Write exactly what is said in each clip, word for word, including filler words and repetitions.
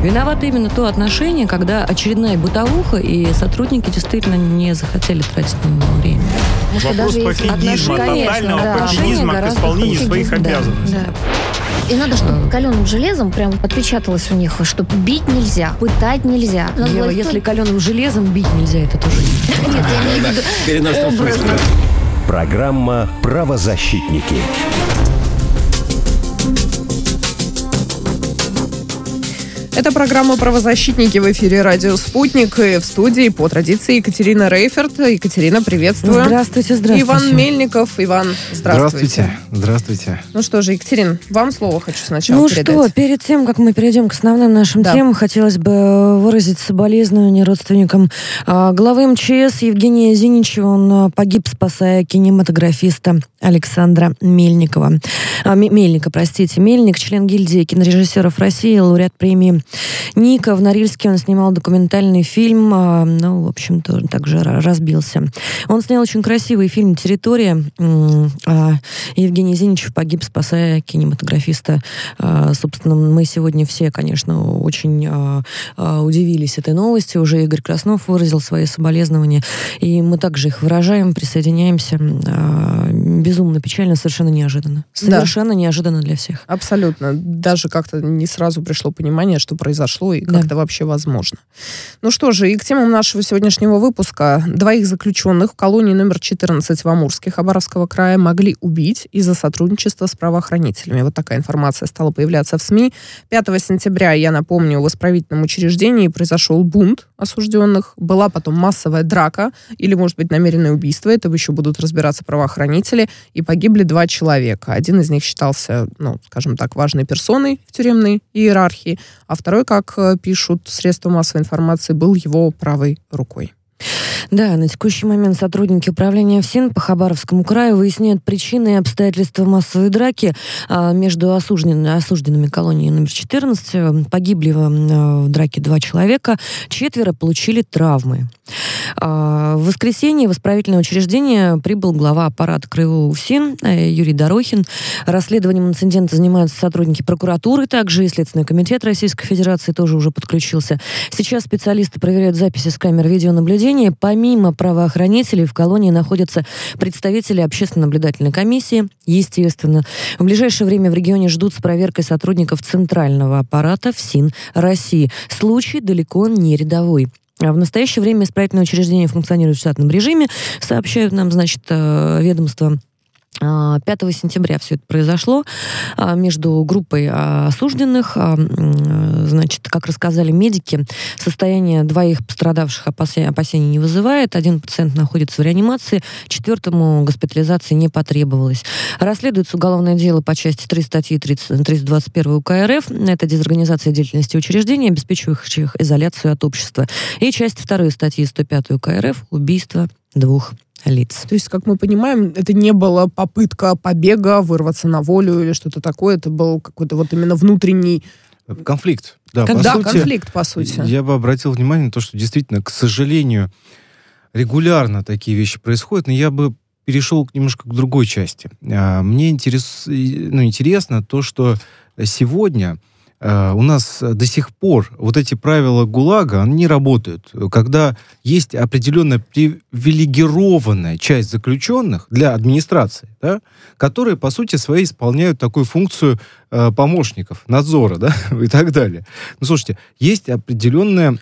Виновато именно то отношение, когда очередная бытовуха, и сотрудники действительно не захотели тратить на него время. Может, вопрос пофигизма, тотального да, пофигизма к исполнению своих да, обязанностей. Да. И надо, чтобы каленым железом прям отпечаталось у них, что бить нельзя, пытать нельзя. Ева, если каленым железом бить нельзя, это тоже не. Нет, я имею в виду образно. Программа «Правозащитники». Это программа «Правозащитники» в эфире «Радио Спутник». И в студии по традиции Екатерина Рейферт. Екатерина, приветствую. Здравствуйте, здравствуйте. Иван Мельников. Иван, здравствуйте. Здравствуйте. Здравствуйте. Ну что же, Екатерин, вам слово хочу сначала ну передать. Ну что, перед тем, как мы перейдем к основным нашим да. темам, хотелось бы выразить соболезнования родственникам а, главы эм че эс Евгения Зиничева. Он а, погиб, спасая кинематографиста Александра Мельникова. А, Мельника, простите. Мельник, член гильдии кинорежиссеров России, лауреат премии Ника. В Норильске он снимал документальный фильм, ну, в общем, тоже также разбился. Он снял очень красивый фильм «Территория». Евгений Зиничев погиб, спасая кинематографиста. Собственно, мы сегодня все, конечно, очень удивились этой новости. Уже Игорь Краснов выразил свои соболезнования. И мы также их выражаем, присоединяемся. Безумно печально, совершенно неожиданно. Совершенно да. неожиданно для всех. Абсолютно. Даже как-то не сразу пришло понимание, что произошло и как да. это вообще возможно. Ну что же, и к темам нашего сегодняшнего выпуска. Двоих заключенных в колонии номер четырнадцать в Амурске Хабаровского края могли убить из-за сотрудничества с правоохранителями. Вот такая информация стала появляться в СМИ. пятого сентября, я напомню, в исправительном учреждении произошел бунт осужденных. Была потом массовая драка или, может быть, намеренное убийство. Это еще будут разбираться правоохранители. И погибли два человека. Один из них считался, ну, скажем так, важной персоной в тюремной иерархии, а второй, как пишут средства массовой информации, был его правой рукой. Да, на текущий момент сотрудники управления ФСИН по Хабаровскому краю выясняют причины и обстоятельства массовой драки а, между осужденными, осужденными колонии номер четырнадцать. Погибли в, в драке два человека, четверо получили травмы. А, в воскресенье в исправительное учреждение прибыл глава аппарата краевого УФСИН Юрий Дорохин. Расследованием инцидента занимаются сотрудники прокуратуры, также и Следственный комитет Российской Федерации тоже уже подключился. Сейчас специалисты проверяют записи с камер видеонаблюдения. Помимо правоохранителей в колонии находятся представители общественно-наблюдательной комиссии, естественно. В ближайшее время в регионе ждут с проверкой сотрудников центрального аппарата ФСИН России. Случай далеко не рядовой. В настоящее время исправительное учреждение функционирует в штатном режиме, сообщают нам, значит, ведомство. пятого сентября все это произошло между группой осужденных. Значит, как рассказали медики, состояние двоих пострадавших опасений не вызывает. Один пациент находится в реанимации, четвертому госпитализации не потребовалось. Расследуется уголовное дело по части три статьи триста двадцать один УК РФ. Это дезорганизация деятельности учреждений, обеспечивающих изоляцию от общества. И часть второй статьи сто пять УК РФ убийство двух лиц. То есть, как мы понимаем, это не была попытка побега, вырваться на волю или что-то такое. Это был какой-то вот именно внутренний... Конфликт. Да, как, по да сути, конфликт, по сути. Я бы обратил внимание на то, что действительно, к сожалению, регулярно такие вещи происходят, но я бы перешел немножко к другой части. Мне интерес, ну, интересно то, что сегодня у нас до сих пор вот эти правила ГУЛАГа, они не работают. Когда есть определенная привилегированная часть заключенных для администрации, да, которые, по сути своей, исполняют такую функцию э, помощников, надзора, да, и так далее. Ну, слушайте, есть определенная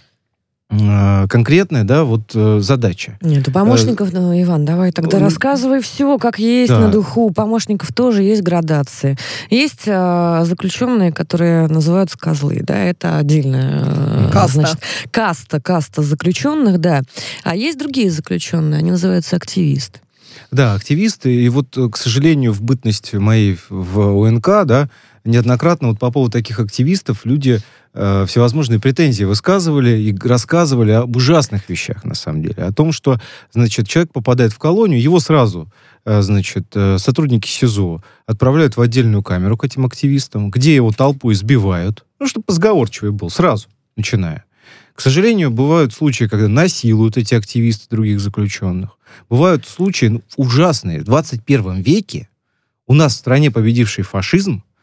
конкретная, да, вот задача. Нет, у помощников, ну, Иван, давай тогда ну, рассказывай все, как есть да. на духу. У помощников тоже есть градации. Есть а, заключенные, которые называются козлы, да, это отдельная каста. Значит, каста, каста заключенных, да. А есть другие заключенные, они называются активисты. Да, активисты, и вот, к сожалению, в бытность моей в ОНК, да, неоднократно вот по поводу таких активистов люди э, всевозможные претензии высказывали и рассказывали об ужасных вещах, на самом деле. О том, что, значит, человек попадает в колонию, его сразу, э, значит, э, сотрудники СИЗО отправляют в отдельную камеру к этим активистам, где его толпу избивают, ну, чтобы позговорчивый был, сразу начиная. К сожалению, бывают случаи, когда насилуют эти активисты других заключенных. Бывают случаи ну, ужасные. В двадцать первом веке у нас в стране победивший фашизм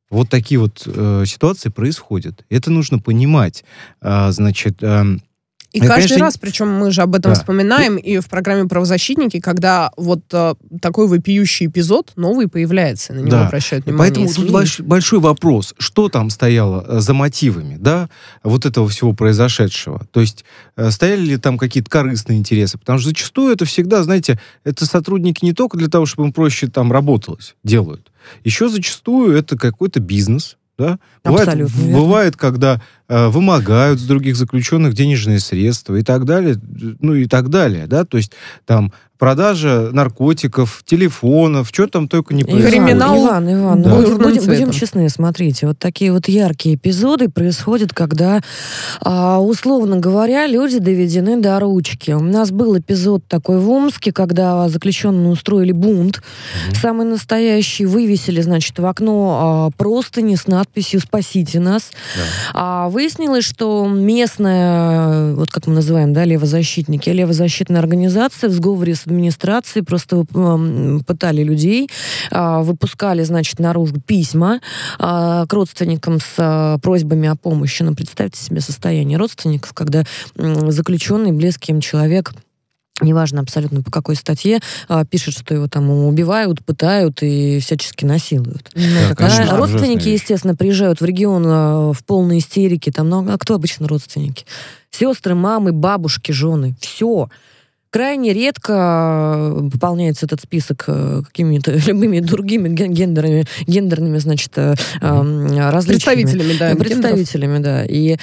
Вот такие вот э, ситуации происходят. Это нужно понимать. А, значит... Э, И я, каждый конечно, раз, причем мы же об этом да. вспоминаем, и в программе «Правозащитники», когда вот э, такой вопиющий эпизод новый появляется, на него да. обращают внимание. Поэтому тут больш, большой вопрос, что там стояло за мотивами, да, вот этого всего произошедшего. То есть э, стояли ли там какие-то корыстные интересы? Потому что зачастую это всегда, знаете, это сотрудники не только для того, чтобы им проще там работалось, делают. Еще зачастую это какой-то бизнес. Да? Бывает, бывает, когда э, вымогают с других заключенных денежные средства и так далее, ну и так далее, да, то есть там продажа наркотиков, телефонов, что там только не происходит. Криминал. Иван, Иван, да. будем, будем, будем честны, смотрите, вот такие вот яркие эпизоды происходят, когда, а, условно говоря, люди доведены до ручки. У нас был эпизод такой в Омске, когда заключенные устроили бунт, mm-hmm. самый настоящий, вывесили, значит, в окно а, простыни с надписью «Спасите нас». Yeah. А, выяснилось, что местная, вот как мы называем, да, левозащитники, левозащитная организация в сговоре с администрацией просто пытали людей, выпускали, значит, наружу письма к родственникам с просьбами о помощи. Ну, представьте себе состояние родственников, когда заключенный, близкий им человек, неважно абсолютно по какой статье, пишет, что его там убивают, пытают и всячески насилуют. Ну, да, конечно, родственники, естественно, приезжают в регион в полной истерике. Там, ну, а кто обычно родственники? Сестры, мамы, бабушки, жены. Все. Крайне редко пополняется этот список какими-то любыми другими гендерными, гендерными, значит, различиями. Представителями, да. Представителями, гендеров. Да. И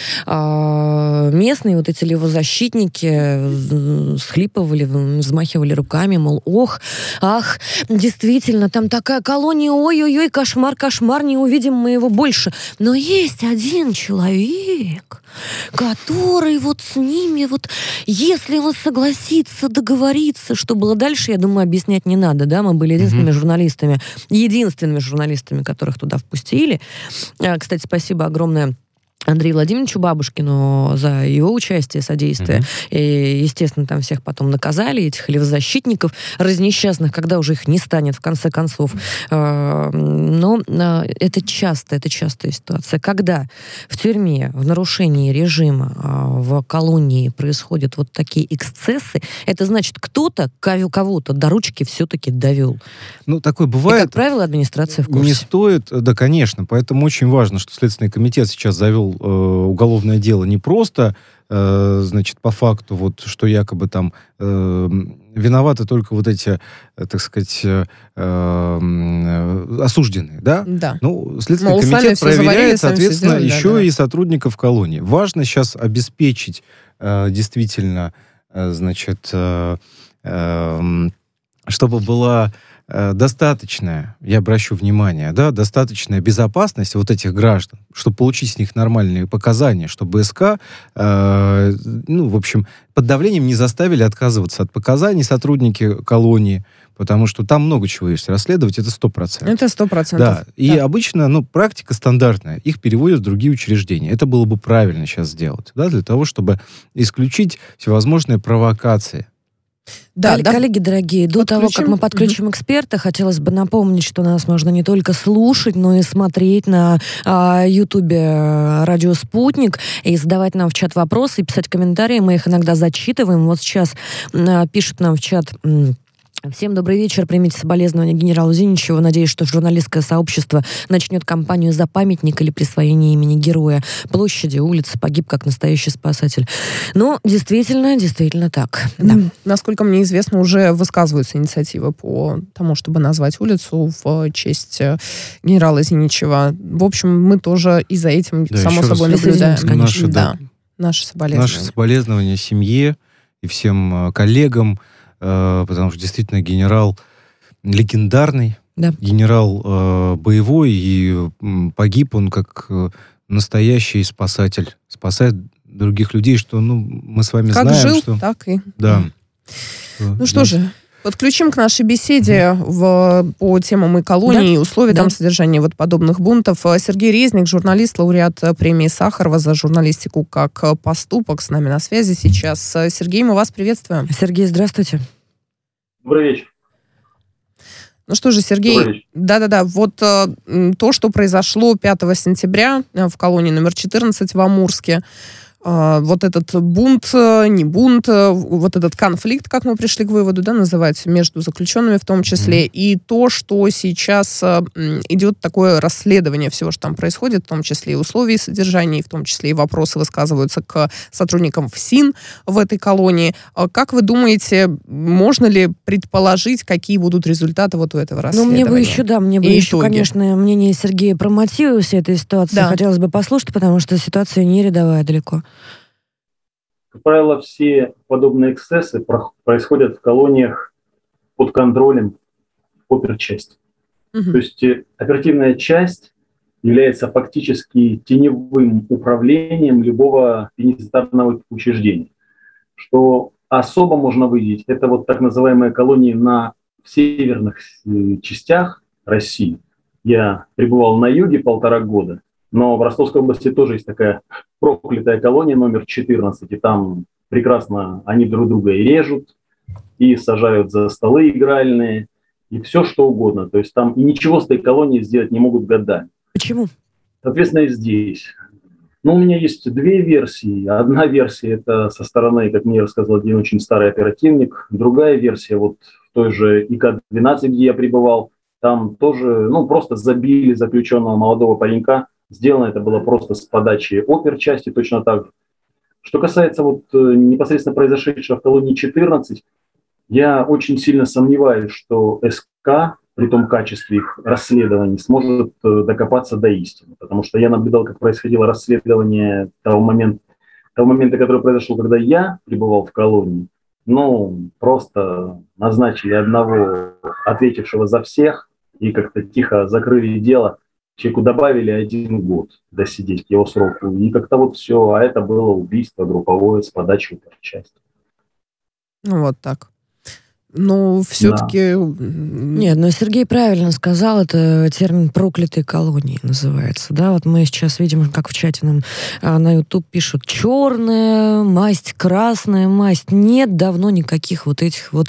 а, местные вот эти левозащитники схлипывали, взмахивали руками, мол, ох, ах, действительно, там такая колония, ой-ой-ой, кошмар, кошмар, не увидим мы его больше. Но есть один человек, который вот с ними, вот, если он согласится договориться, что было дальше, я думаю, объяснять не надо, да, мы были единственными mm-hmm. журналистами, единственными журналистами, которых туда впустили. Кстати, спасибо огромное Андрею Владимировичу Бабушкину за его участие, содействие. Mm-hmm. И, естественно, там всех потом наказали, этих левозащитников разнесчастных, когда уже их не станет, в конце концов. Но это часто, это частая ситуация. Когда в тюрьме, в нарушении режима, в колонии происходят вот такие эксцессы, это значит, кто-то кого-то до ручки все-таки довел. Ну, такое бывает. И, как правило, администрация в курсе. Не стоит, да, конечно. Поэтому очень важно, что Следственный комитет сейчас завел уголовное дело не просто, э, значит, по факту, вот, что якобы там э, виноваты только вот эти, э, так сказать, э, э, осужденные, да? Да. Ну, Следственный Мол, комитет проверяет, соответственно, сделали, еще да, да. и сотрудников колонии. Важно сейчас обеспечить э, действительно, э, значит, э, э, чтобы была достаточная, я обращу внимание, да, достаточная безопасность вот этих граждан, чтобы получить с них нормальные показания, чтобы СК, э, ну, в общем, под давлением не заставили отказываться от показаний сотрудники колонии, потому что там много чего есть расследовать, это сто процентов. Это сто процентов. Да, и да. обычно, ну, практика стандартная, их переводят в другие учреждения. Это было бы правильно сейчас сделать, да, для того, чтобы исключить всевозможные провокации. Да, Кол- да. Коллеги дорогие, до подключим. того, как мы подключим эксперта, хотелось бы напомнить, что нас можно не только слушать, но и смотреть на Ютубе а, «Радио Спутник» и задавать нам в чат вопросы, и писать комментарии. Мы их иногда зачитываем. Вот сейчас а, пишут нам в чат... Всем добрый вечер. Примите соболезнования генералу Зиничеву. Надеюсь, что журналистское сообщество начнет кампанию за памятник или присвоение имени героя площади, улицы. Погиб как настоящий спасатель. Ну, действительно, действительно так. Да. Насколько мне известно, уже высказываются инициативы по тому, чтобы назвать улицу в честь генерала Зиничева. В общем, мы тоже и за этим, да, само собой, наблюдаем. Наши, да, да, наши соболезнования. Наши соболезнования семье и всем коллегам, потому что действительно генерал легендарный, да. генерал э, боевой, и э, погиб он как э, настоящий спасатель, спасает других людей, что, ну, мы с вами как знаем, жил, что... так и... Да. Ну да. Что же, подключим к нашей беседе в, по темам и колонии, да? и условий да. там содержания вот подобных бунтов. Сергей Резник, журналист, лауреат премии Сахарова за журналистику как поступок, с нами на связи сейчас. Сергей, мы вас приветствуем. Сергей, здравствуйте. Добрый вечер. Ну что же, Сергей, да-да-да, вот э, то, что произошло пятого сентября в колонии номер четырнадцать в Амурске, э, вот этот бунт, не бунт, вот этот конфликт, как мы пришли к выводу, да, называть, между заключенными в том числе, mm-hmm. и то, что сейчас э, идет такое расследование всего, что там происходит, в том числе и условий содержания, и в том числе и вопросы высказываются к сотрудникам ФСИН в этой колонии. Как вы думаете, можно ли предположить, какие будут результаты вот у этого расследования? Ну, мне бы еще, да, мне бы еще, итоги. конечно, мнение Сергея про мотивы всей этой ситуации да. хотелось бы послушать, потому что ситуация не рядовая далеко. Как правило, все подобные эксцессы происходят в колониях под контролем оперчасти. Угу. То есть оперативная часть является фактически теневым управлением любого пенитенциарного учреждения. Что особо можно выделить, это вот так называемые колонии на северных частях России. Я пребывал на юге полтора года, но в Ростовской области тоже есть такая проклятая колония номер четырнадцать, и там прекрасно они друг друга и режут, и сажают за столы игральные, и все что угодно. То есть там и ничего с этой колонией сделать не могут годами. Почему? Соответственно, и здесь. Ну, у меня есть две версии. Одна версия – это со стороны, как мне рассказал один очень старый оперативник. Другая версия, вот в той же И К двенадцать, где я пребывал, там тоже, ну, просто забили заключенного молодого паренька. Сделано это было просто с подачи оперчасти, точно так же. Что касается вот непосредственно произошедшего в колонии четырнадцать, я очень сильно сомневаюсь, что С К при том качестве их расследований сможет докопаться до истины. Потому что я наблюдал, как происходило расследование того момента, того момента, который произошел, когда я пребывал в колонии. Ну, просто назначили одного ответившего за всех и как-то тихо закрыли дело. Человеку добавили один год досидеть к его сроку. И как-то вот все. А это было убийство групповое с подачи оперчасти. Ну, вот так. Но все-таки... Да. Нет, но Сергей правильно сказал, это термин «проклятые колонии» называется, да, вот мы сейчас видим, как в чате нам а, на YouTube пишут «черная масть», «красная масть». Нет давно никаких вот этих вот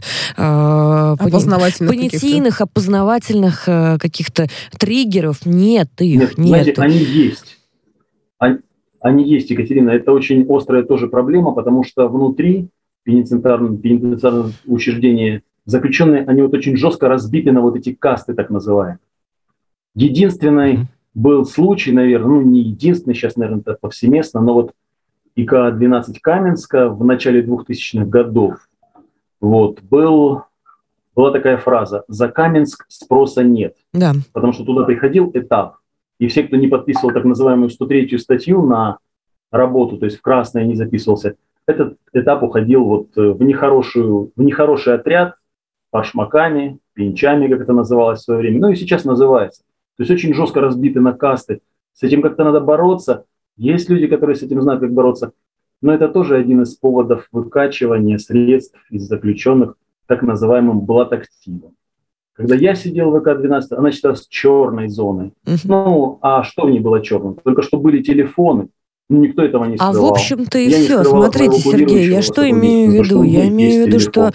а, опознавательных понятийных, опознавательных а, каких-то триггеров. Нет их, нет. Знаете, они есть. Они, они есть, Екатерина. Это очень острая тоже проблема, потому что внутри пенитенциарные, пенитенциарные учреждения, заключенные, они вот очень жестко разбиты на вот эти касты, так называемые. Единственный mm-hmm. был случай, наверное, ну не единственный, сейчас, наверное, это повсеместно, но вот И К двенадцать Каменска в начале двухтысячных годов вот, был, была такая фраза «За Каменск спроса нет». Да. Потому что туда приходил этап, и все, кто не подписывал так называемую сто третью статью на работу, то есть в красное не записывался, этот этап уходил вот в, нехорошую, в нехороший отряд башмаками, пинчами, как это называлось в свое время. Ну и сейчас называется. То есть очень жестко разбиты на касты. С этим как-то надо бороться. Есть люди, которые с этим знают, как бороться. Но это тоже один из поводов выкачивания средств из заключенных так называемым блатактивом. Когда я сидел в И К двенадцать, она считалась черной зоной. Uh-huh. Ну, а что в ней было черным? Только что были телефоны. Никто этого не скрывал. А в общем-то и я все. Смотрите, Сергей, я что имею в виду? Я имею в виду, что,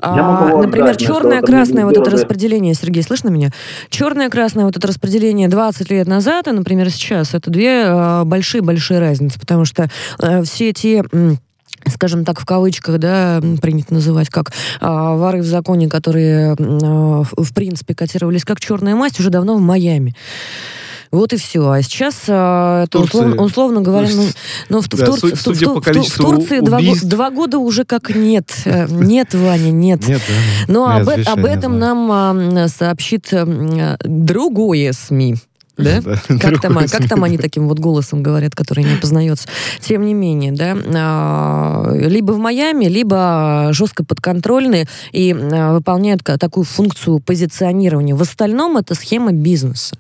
а, например, черное-красное вот это распределение, Сергей, слышно меня? Черное-красное вот это распределение двадцать лет назад и, например, сейчас, это две большие-большие разницы, потому что а, все те... скажем так, в кавычках, да, принято называть как а, воры в законе, которые, а, в принципе, котировались как черная масть, уже давно в Майами. Вот и все. А сейчас, это условно, условно говоря, ну, ну в, да, в, Тур... в, в, в, в Турции два, два года уже как нет. Нет, Ваня, нет. нет да. Но об, об этом нам а, сообщит а, другое СМИ. Да? Да, как, там, как там они таким вот голосом говорят, который не опознается. Тем не менее, да, а, либо в Майами, либо жестко подконтрольные и а, выполняют такую функцию позиционирования. В остальном это схема бизнеса.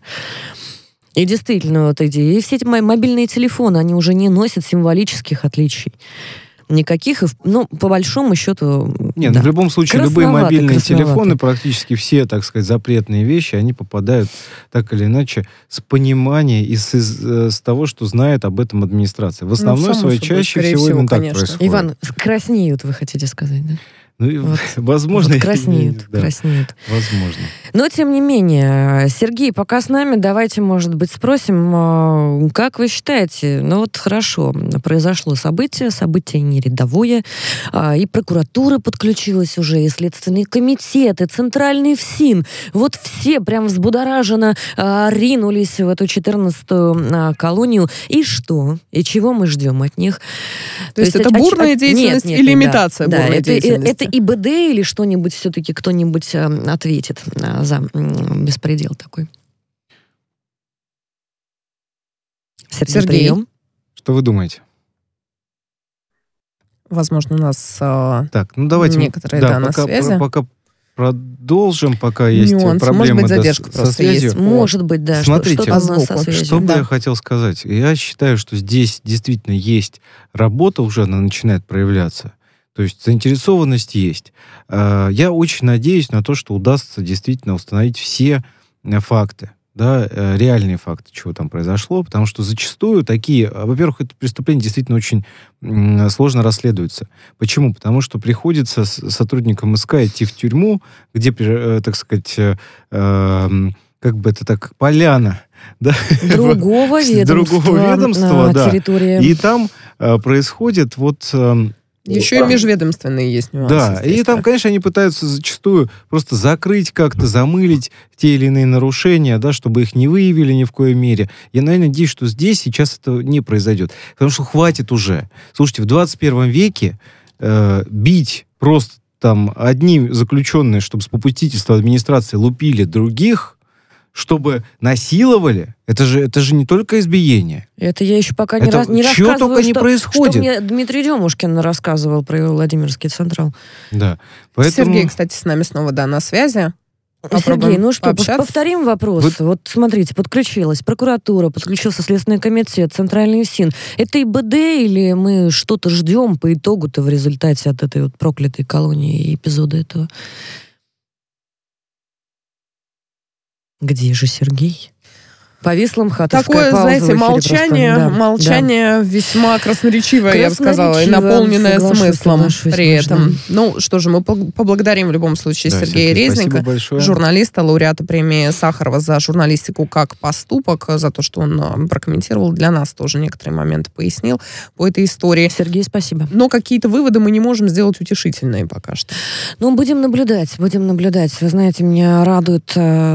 И действительно, вот эти, и все эти мобильные телефоны, они уже не носят символических отличий. Никаких, ну, по большому счету... Нет, да. В любом случае, любые мобильные телефоны, практически все, так сказать, запретные вещи, они попадают так или иначе с понимания и с, из, с того, что знает об этом администрация. В основной ну, своей чаще всего, всего именно так происходит. Иван, краснеют, вы хотите сказать, да? Ну, вот, возможно. Вот краснеют, да, краснеют. Возможно. Но, тем не менее, Сергей, пока с нами, давайте, может быть, спросим, как вы считаете, ну вот хорошо, произошло событие, событие не рядовое, и прокуратура подключилась уже, и Следственный комитет, и Центральный ФСИН, вот все прям взбудораженно ринулись в эту четырнадцатую колонию. И что? И чего мы ждем от них? То, То есть, есть это бурная от... деятельность нет, нет, или нет, имитация да, бурной да, деятельности? Это, это ИБД или что-нибудь все-таки кто-нибудь ответит за беспредел такой? Сергей, Сергей. Прием. Что вы думаете? Возможно, у нас так, ну давайте некоторые да, да, на пока, связи. Пока продолжим, пока есть Нюансы. проблемы. Может быть, задержка да, просто со связью. есть. Может быть, да. Смотрите, что, что, у нас со связью. что бы да. я хотел сказать. Я считаю, что здесь действительно есть работа, уже она начинает проявляться. То есть заинтересованность есть. Я очень надеюсь на то, что удастся действительно установить все факты, да, реальные факты, чего там произошло, потому что зачастую такие, во-первых, это преступление действительно очень сложно расследуется. Почему? Потому что приходится сотрудникам СК идти в тюрьму, где, так сказать, как бы это так, поляна, да? Другого ведомства, Другого ведомства, на да. территории. И там происходит вот... Еще и межведомственные есть нюансы. Да, и там, конечно, они пытаются зачастую просто закрыть как-то, замылить те или иные нарушения, да, чтобы их не выявили ни в коей мере. Я, наверное, надеюсь, что здесь сейчас это не произойдет. Потому что хватит уже. Слушайте, в двадцать первом веке э, бить просто там одни заключенные, чтобы с попустительства администрации лупили других, чтобы насиловали, это же, это же не только избиение. Это я еще пока не, это раз, не чего рассказываю, только не что, происходит. что мне Дмитрий Демушкин рассказывал про Владимирский Централ. Да. Поэтому... Сергей, кстати, с нами снова, да, на связи. Сергей, ну что, пообщаться. повторим вопрос. Вот... вот смотрите, подключилась прокуратура, подключился Следственный комитет, Центральный ФСИН. Это ИБД или мы что-то ждем по итогу-то в результате от этой вот проклятой колонии и эпизода этого? Где же Сергей? Повисла мхатовская Такое, пауза знаете, в эфире молчание, просто. Да, молчание да. весьма красноречивое, я бы сказала, и Красноречиво, наполненное смыслом при этом. Да. Ну, что же, мы поблагодарим в любом случае Да, Сергея Сергей, Резника, журналиста, лауреата премии Сахарова за журналистику как поступок, за то, что он прокомментировал для нас тоже некоторые моменты, пояснил по этой истории. Сергей, спасибо. Но какие-то выводы мы не можем сделать утешительные пока что. Ну, будем наблюдать, будем наблюдать. Вы знаете, меня радует,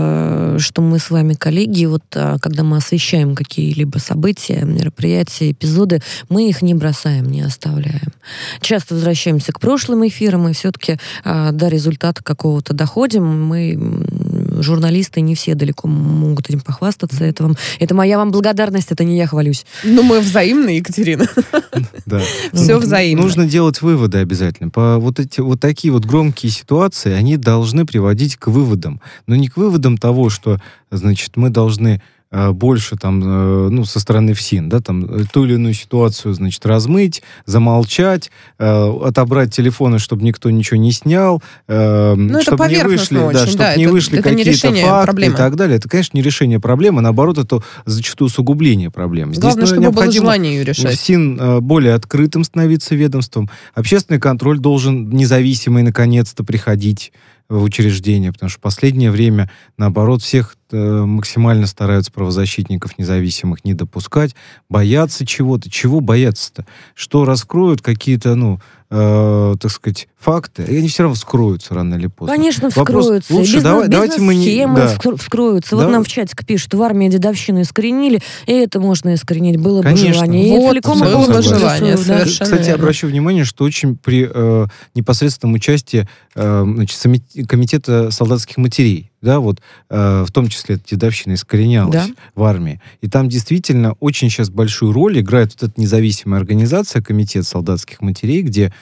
что мы с вами коллеги, вот когда мы освещаем какие-либо события, мероприятия, эпизоды, мы их не бросаем, не оставляем. Часто возвращаемся к прошлым эфирам, и все-таки а, до результата какого-то доходим. Мы, журналисты, не все далеко могут этим похвастаться. Это, вам, это моя вам благодарность, это не я хвалюсь. Ну, мы взаимны, Екатерина. Да. Все взаимно. Нужно делать выводы обязательно. По вот эти вот такие вот громкие ситуации, они должны приводить к выводам. Но не к выводам того, что, значит, мы должны больше там, ну, со стороны ФСИН, да, там, ту или иную ситуацию, значит, размыть, замолчать, э, отобрать телефоны, чтобы никто ничего не снял, э, чтобы не вышли, очень, да, чтобы да, не это, вышли это какие-то не факты проблемы. И так далее. Это, конечно, не решение проблемы, наоборот, это зачастую усугубление проблемы. Главное, Здесь, чтобы было желание ее решать. ФСИН э, более открытым становиться ведомством. Общественный контроль должен независимый, наконец-то, приходить в учреждения, потому что в последнее время, наоборот, всех э, максимально стараются правозащитников независимых не допускать, боятся чего-то. Чего бояться-то? Что раскроют какие-то, ну, э, так сказать, факты, и они все равно вскроются рано или поздно. Конечно, Вопрос, вскроются. лучше Бизнес, давай, давайте мы не... схемы Да. вскроются. Да. Вот нам в чатик пишут, в армии дедовщину искоренили, и это можно искоренить, было Конечно. бы желание. Вот, и целиком было бы полностью желание, да. совершенно Кстати, верно. обращу внимание, что очень при э, непосредственном участии э, значит, комитета солдатских матерей, да, вот, э, в том числе эта дедовщина искоренялась Да. в армии. И там действительно очень сейчас большую роль играет вот эта независимая организация, комитет солдатских матерей, где,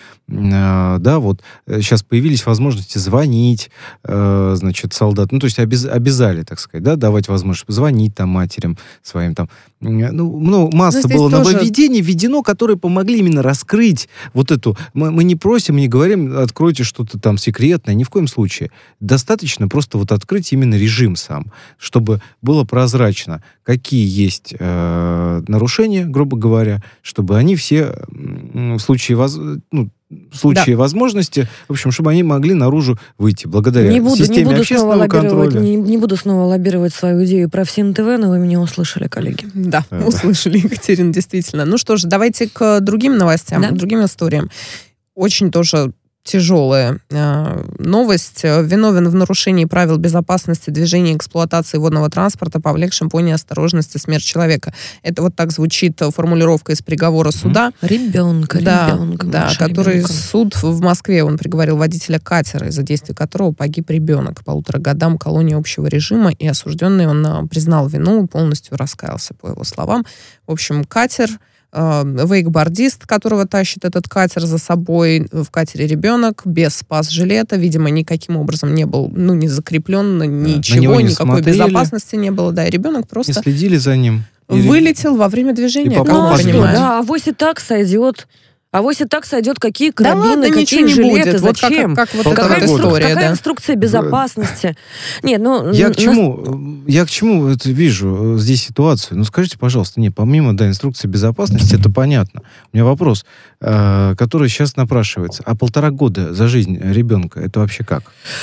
э, да, вот, сейчас появились возможности звонить, э, значит, солдат, ну, то есть обяз, обязали, так сказать, да, давать возможность позвонить там матерям своим, там, ну, ну масса здесь было тоже... нововведений введено, которые помогли именно раскрыть вот эту, мы, мы не просим, не говорим, откройте что-то там секретное, ни в коем случае. Достаточно просто вот открыть именно режим сам, чтобы было прозрачно, какие есть э, нарушения, грубо говоря, чтобы они все в случае воз... ну, в случае да. возможности, в общем, чтобы они могли наружу выйти благодаря не буду, системе не буду общественного контроля. Не, не буду снова лоббировать свою идею про ФСИН ТВ, но вы меня услышали, коллеги. Да, да. услышали, Екатерина, действительно. Ну что ж, давайте к другим новостям, да? к другим историям. Очень тоже тяжелая э, новость. Виновен в нарушении правил безопасности движения и эксплуатации водного транспорта, повлекшим по неосторожности смерть человека. Это вот так звучит формулировка из приговора суда. Ребенка, да, ребенка. Да, который ребенка. Суд в Москве, он приговорил водителя катера, из-за действий которого погиб ребенок. Полутора годам колонии общего режима, и осужденный он признал вину, полностью раскаялся, по его словам. В общем, катер... вейкбордист, которого тащит этот катер за собой, в катере ребенок, без спас-жилета, видимо, никаким образом не был, ну, не закреплен, ничего, не никакой смотрели, безопасности не было, да, и ребенок просто... Не следили за ним. Вылетел во время движения, как ну, мы понимаем. Да, авось и так сойдет. Авось и так сойдет, какие карабины, да ладно, какие не жилеты, будет. зачем? Вот как, как, как вот какая эта инстру... история, какая да? инструкция безопасности? Нет, ну... Я к чему, я к чему это вижу здесь ситуацию? Ну, скажите, пожалуйста, не, помимо, да, инструкции безопасности, это понятно. У меня вопрос, э, который сейчас напрашивается. А полтора года за жизнь ребенка, это вообще как?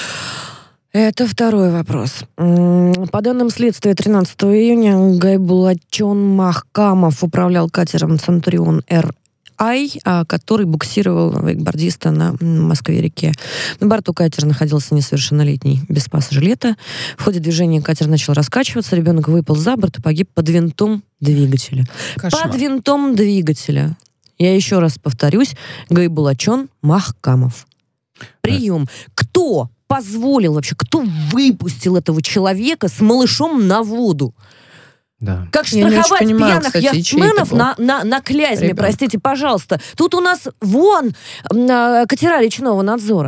Это второй вопрос. По данным следствия, тринадцатого июня Гайбулачон Махкамов управлял катером «Центурион Р». Ай, который буксировал вейкбордиста на Москве-реке. На борту катера находился несовершеннолетний без спас-жилета. В ходе движения катер начал раскачиваться, ребенок выпал за борт и погиб под винтом двигателя. Кошмар. Под винтом двигателя. Я еще раз повторюсь, Гайбулачон Махкамов. Прием. Кто позволил вообще, кто выпустил этого человека с малышом на воду? Да. Как страховать понимаю, пьяных кстати, яхтсменов на, на, на Клязьме, Ребят. простите, пожалуйста. Тут у нас вон э, катера речного надзора.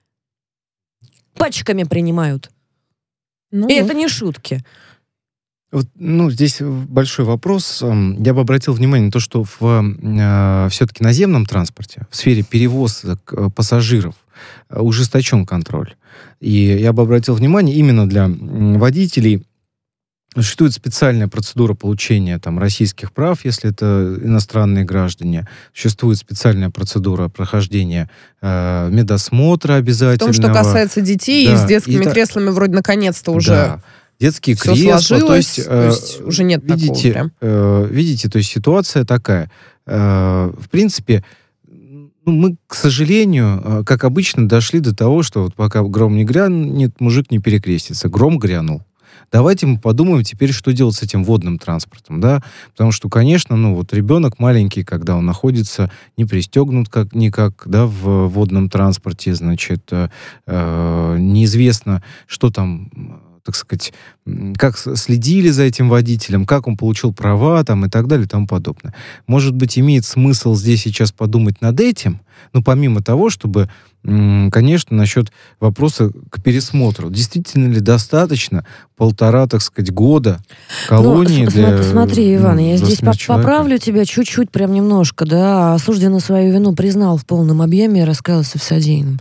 Пачками принимают. Ну, И это не шутки. Вот, ну, здесь большой вопрос. Я бы обратил внимание на то, что в э, все-таки наземном транспорте, в сфере перевозок пассажиров, ужесточен контроль. И я бы обратил внимание именно для водителей. Существует специальная процедура получения там, российских прав, если это иностранные граждане. Существует специальная процедура прохождения э, медосмотра обязательного. В том, что касается детей, да, и с детскими и креслами вроде наконец-то уже... Да. Детские все кресла, сложилось, то есть, то есть э, уже нет видите, такого прям. Э, видите, то есть ситуация такая. Э, в принципе, ну, мы, к сожалению, э, как обычно, дошли до того, что вот пока гром не грянет, мужик не перекрестится. Гром грянул. Давайте мы подумаем теперь, что делать с этим водным транспортом, да, потому что, конечно, ну, вот ребенок маленький, когда он находится, не пристегнут как, никак, да, в водном транспорте, значит, э, э, неизвестно, что там, так сказать, как следили за этим водителем, как он получил права, там, и так далее, и тому подобное. Может быть, имеет смысл здесь сейчас подумать над этим, но помимо того, чтобы, конечно, насчет вопроса к пересмотру. Действительно ли достаточно полтора, так сказать, года колонии ну, для... Смотри, Иван, ну, я здесь поправлю тебя чуть-чуть, прям немножко, да, осужденный свою вину признал в полном объеме и раскаялся в содеянном.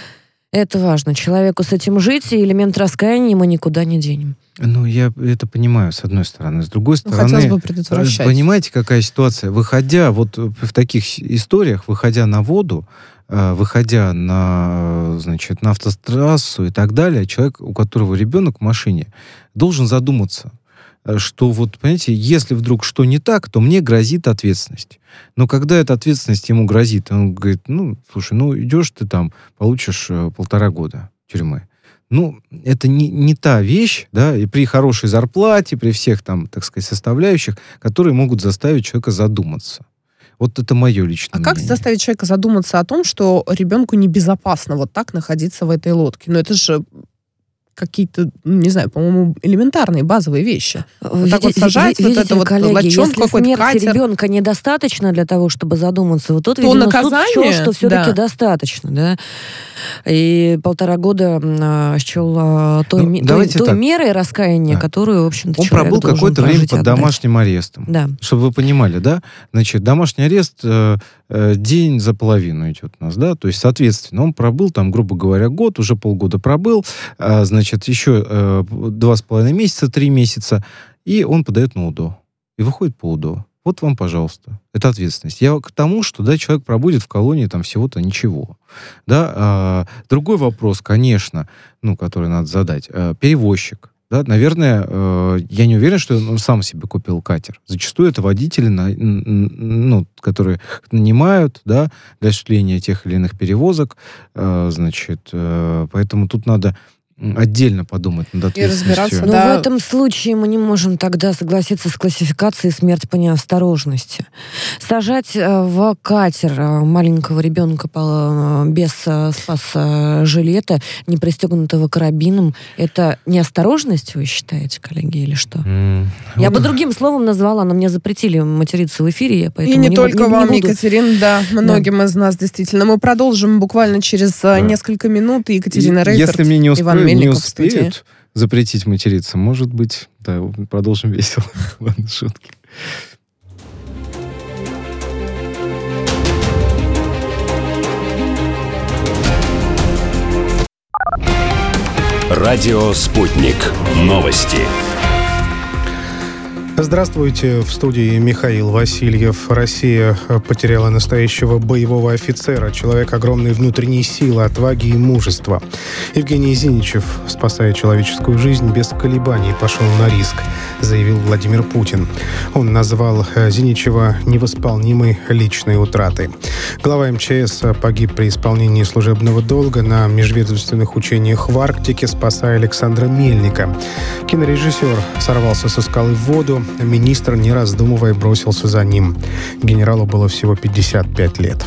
Это важно. Человеку с этим жить, и элемент раскаяния мы никуда не денем. Ну, я это понимаю, с одной стороны. С другой стороны... Ну, хотелось бы предотвращать. Понимаете, какая ситуация? Выходя вот в таких историях, выходя на воду, выходя на, значит, на автотрассу и так далее, человек, у которого ребенок в машине, должен задуматься, что вот, понимаете, если вдруг что не так, то мне грозит ответственность. Но когда эта ответственность ему грозит, он говорит, ну, слушай, ну, идешь ты там, получишь полтора года тюрьмы. Ну, это не, не та вещь, да, и при хорошей зарплате, при всех там, так сказать, составляющих, которые могут заставить человека задуматься. Вот это мое личное а мнение. А как заставить человека задуматься о том, что ребенку небезопасно вот так находиться в этой лодке? Ну, это же какие-то, не знаю, по-моему, элементарные базовые вещи. Вот так вот сажать, вот это вот лочонку, какой-то катер. Если ребенка недостаточно для того, чтобы задуматься, вот тут, то видимо, наказание, суд счел, что все-таки да. достаточно, да. И полтора года а, счел а, той, ну, той, той мерой раскаяния, да. которую, в общем-то, он человек пробыл какое-то время под отдать. домашним арестом. Да. Чтобы вы понимали, да? Значит, домашний арест э, э, день за половину идет у нас, да? То есть, соответственно, он пробыл там, грубо говоря, год, уже полгода пробыл, э, значит, еще э, два с половиной месяца, три месяца, и он подает на УДО. И выходит по УДО. Вот вам, пожалуйста. Это ответственность. Я к тому, что, да, человек пробудет в колонии там всего-то ничего. Да, а, другой вопрос, конечно, ну, который надо задать. А, перевозчик. Да, наверное, э, я не уверен, что он сам себе купил катер. Зачастую это водители, на, ну, которые нанимают, да, для осуществления тех или иных перевозок. Э, значит, э, поэтому тут надо отдельно подумать над ответственностью. Но да. в этом случае мы не можем тогда согласиться с классификацией «смерть по неосторожности». Сажать в катер маленького ребенка без спас-жилета, не пристегнутого карабином, это неосторожность, вы считаете, коллеги, или что? Mm. Я вот. бы другим словом назвала, но мне запретили материться в эфире, я поэтому И не, не только не, вам, не буду... Екатерина, да, многим да. из нас действительно. Мы продолжим буквально через да. несколько минут. Екатерина Рейферт, Если мне не успеют, Иван Мельников не успеют запретить материться, может быть, да, продолжим весело. Ладно, шутки. Радио «Спутник». Новости. Здравствуйте, в студии Михаил Васильев. Россия потеряла настоящего боевого офицера, человек огромной внутренней силы, отваги и мужества. Евгений Зиничев, спасая человеческую жизнь, без колебаний пошел на риск, заявил Владимир Путин. Он назвал Зиничева невосполнимой личной утратой. Глава эм че эс погиб при исполнении служебного долга на межведомственных учениях в Арктике, спасая Александра Мельника. Кинорежиссер сорвался со скалы в воду. Министр, не раздумывая, бросился за ним. Генералу было всего пятьдесят пять лет.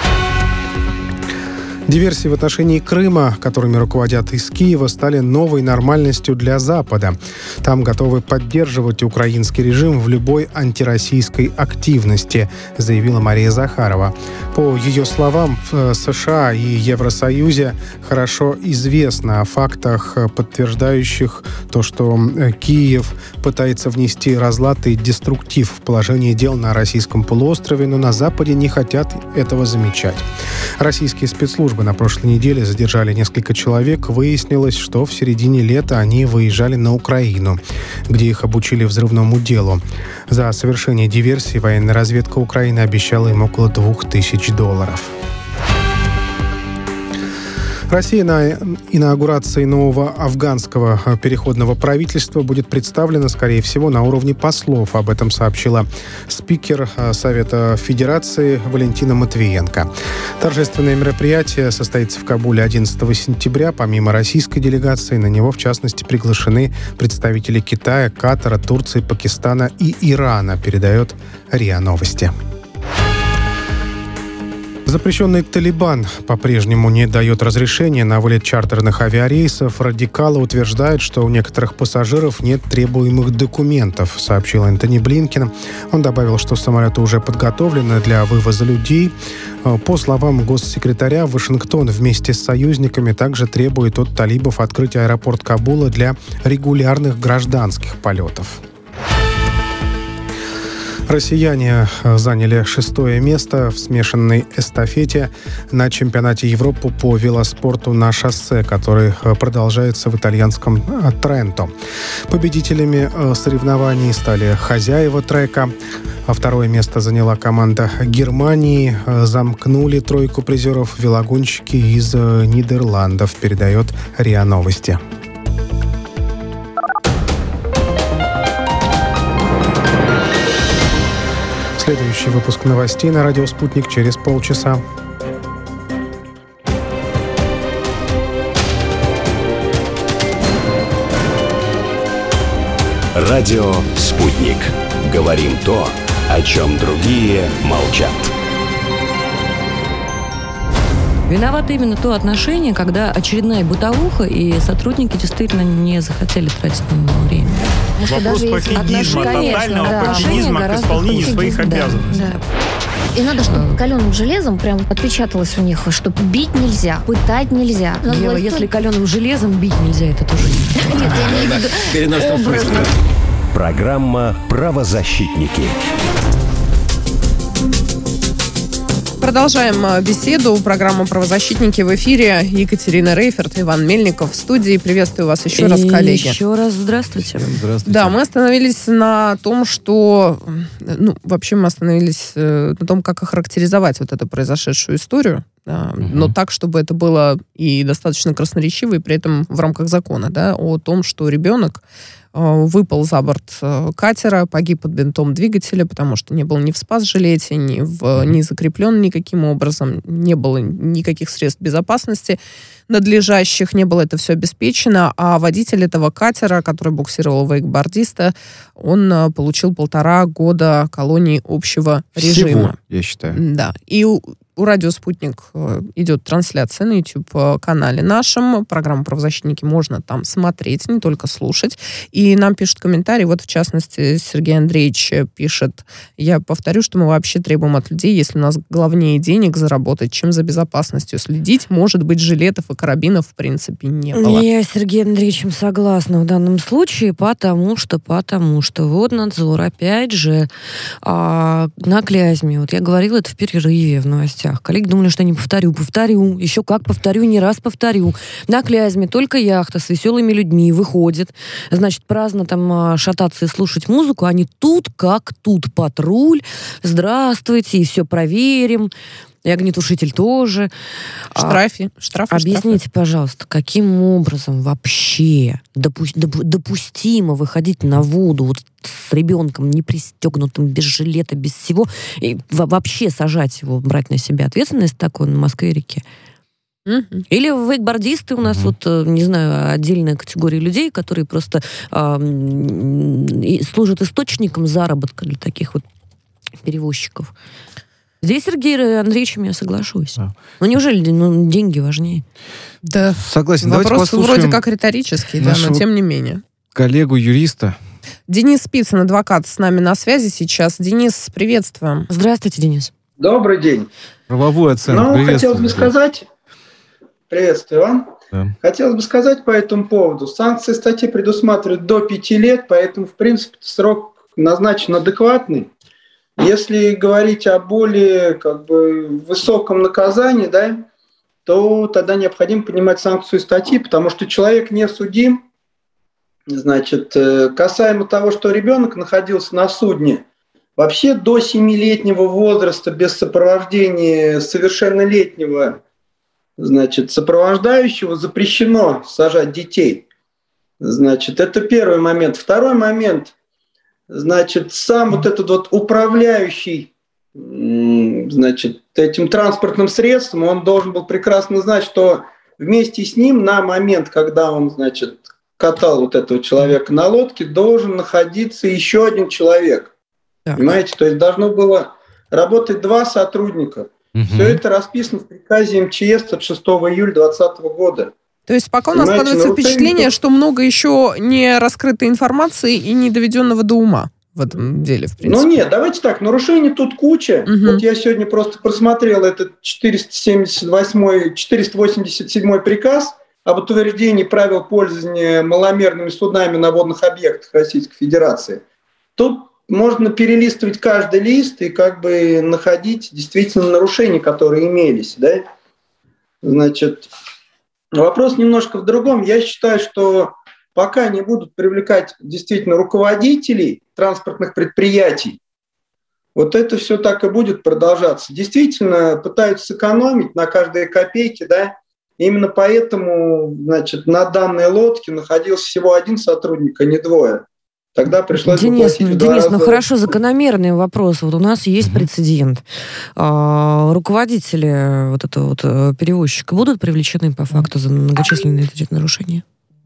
Диверсии в отношении Крыма, которыми руководят из Киева, стали новой нормальностью для Запада. Там готовы поддерживать украинский режим в любой антироссийской активности, заявила Мария Захарова. По ее словам, в США и Евросоюзе хорошо известно о фактах, подтверждающих то, что Киев пытается внести разлад и деструктив в положение дел на российском полуострове, но на Западе не хотят этого замечать. Российские спецслужбы на прошлой неделе задержали несколько человек. Выяснилось, что в середине лета они выезжали на Украину, где их обучили взрывному делу. За совершение диверсии военная разведка Украины обещала им около двух тысяч долларов. Россия на инаугурации нового афганского переходного правительства будет представлена, скорее всего, на уровне послов. Об этом сообщила спикер Совета Федерации Валентина Матвиенко. Торжественное мероприятие состоится в Кабуле одиннадцатого сентября. Помимо российской делегации, на него, в частности, приглашены представители Китая, Катара, Турции, Пакистана и Ирана, передает РИА Новости. Запрещенный Талибан по-прежнему не дает разрешения на вылет чартерных авиарейсов. Радикалы утверждают, что у некоторых пассажиров нет требуемых документов, сообщил Энтони Блинкен. Он добавил, что самолеты уже подготовлены для вывоза людей. По словам госсекретаря, Вашингтон вместе с союзниками также требует от талибов открыть аэропорт Кабула для регулярных гражданских полетов. Россияне заняли шестое место в смешанной эстафете на чемпионате Европы по велоспорту на шоссе, который продолжается в итальянском Тренто. Победителями соревнований стали хозяева трека. А второе место заняла команда Германии. Замкнули тройку призеров велогонщики из Нидерландов, передает РИА Новости. Следующий выпуск новостей на радио «Спутник» через полчаса. Радио «Спутник». Говорим то, о чем другие молчат. Виновато именно то отношение, когда очередная бытовуха, и сотрудники действительно не захотели тратить на него время. Вопрос пофигизма, тотального да, пофигизма к исполнению своих да, обязанностей. Да. И надо, чтобы каленым железом прям отпечаталось у них, что бить нельзя, пытать нельзя. Ева, если каленым железом бить нельзя, это тоже не Нет, я имею в виду образно. Программа «Правозащитники». Продолжаем беседу. Программа «Правозащитники» в эфире. Екатерина Рейферт, Иван Мельников в студии. Приветствую вас еще раз, коллеги. Еще раз здравствуйте. Здравствуйте. Да, мы остановились на том, что... Ну, вообще мы остановились на том, как охарактеризовать вот эту произошедшую историю. Да, угу. Но так, чтобы это было и достаточно красноречиво, и при этом в рамках закона, да, о том, что ребенок э, выпал за борт э, катера, погиб под винтом двигателя, потому что не был ни в спас-жилете, ни, в, ни закреплен никаким образом, не было никаких средств безопасности надлежащих, не было это все обеспечено, а водитель этого катера, который буксировал вейкбордиста, он э, получил полтора года колонии общего режима. Всего, я считаю. Да, и у радио «Спутник» идет трансляция на YouTube-канале нашем. Программу «Правозащитники» можно там смотреть, не только слушать. И нам пишут комментарии. Вот, в частности, Сергей Андреевич пишет: я повторю, что мы вообще требуем от людей, если у нас главнее денег заработать, чем за безопасностью следить. Может быть, жилетов и карабинов в принципе не было. Я с Сергеем Андреевичем согласна в данном случае, потому что, потому что Воднадзор, опять же, а, на Клязьме. Вот я говорила это в перерыве в новостях. Коллеги думали, что я не повторю. Повторю. Еще как повторю, не раз повторю. На Клязьме только яхта с веселыми людьми выходит. Значит, праздно там шататься и слушать музыку. Они тут как тут. Патруль. Здравствуйте. И все проверим. И огнетушитель тоже. Штрафы. Штрафы, Объясните, штрафы. пожалуйста, каким образом вообще допу- доп- допустимо выходить на воду вот с ребенком не пристегнутым, без жилета, без всего, и в- вообще сажать его, брать на себя ответственность такую на Москве-реке? Mm-hmm. Или вейкбордисты у нас, mm-hmm. вот, не знаю, отдельная категория людей, которые просто а, и служат источником заработка для таких вот перевозчиков. Здесь, Сергей Андреевич, я соглашусь. Да. Ну, неужели ну, деньги важнее? Да, согласен. Вопрос вроде как риторический, да, но тем не менее. Коллегу-юриста. Денис Спицын, адвокат, с нами на связи сейчас. Денис, приветствуем. Здравствуйте, Денис. Добрый день. Правовую оценку. Ну, хотелось бы сказать... Приветствую вам. Да. Хотелось бы сказать по этому поводу. Санкции статьи предусматривают до пяти лет, поэтому, в принципе, срок назначен адекватный. Если говорить о более как бы, высоком наказании, да, то тогда необходимо понимать санкцию статьи, потому что человек не судим. Значит, касаемо того, что ребенок находился на судне, вообще до семилетнего возраста без сопровождения совершеннолетнего, значит, сопровождающего запрещено сажать детей. Значит, это первый момент. Второй момент. Значит, сам вот этот вот управляющий, значит, этим транспортным средством, он должен был прекрасно знать, что вместе с ним на момент, когда он, значит, катал вот этого человека на лодке, должен находиться еще один человек. Так. Понимаете? То есть должно было работать два сотрудника. Угу. Все это расписано в приказе эм че эс от шестого июля двадцатого года. То есть пока у нас складывается впечатление, что много еще не раскрытой информации и не доведенного до ума в этом деле, в принципе. Ну нет, давайте так, нарушений тут куча. Угу. Вот я сегодня просто просмотрел этот четыреста семьдесят восьмой, четыреста восемьдесят седьмой приказ об утверждении правил пользования маломерными судами на водных объектах Российской Федерации. Тут можно перелистывать каждый лист и как бы находить действительно нарушения, которые имелись, да? Значит... Вопрос немножко в другом. Я считаю, что пока не будут привлекать действительно руководителей транспортных предприятий, вот это все так и будет продолжаться. Действительно пытаются сэкономить на каждой копейке, да. Именно поэтому, значит, на данной лодке находился всего один сотрудник, а не двое. Тогда пришлось Денис, Денис, раза... ну хорошо, закономерный вопрос. Вот у нас есть mm-hmm. прецедент. А, руководители вот этого вот перевозчика будут привлечены по факту за многочисленные эти нарушения?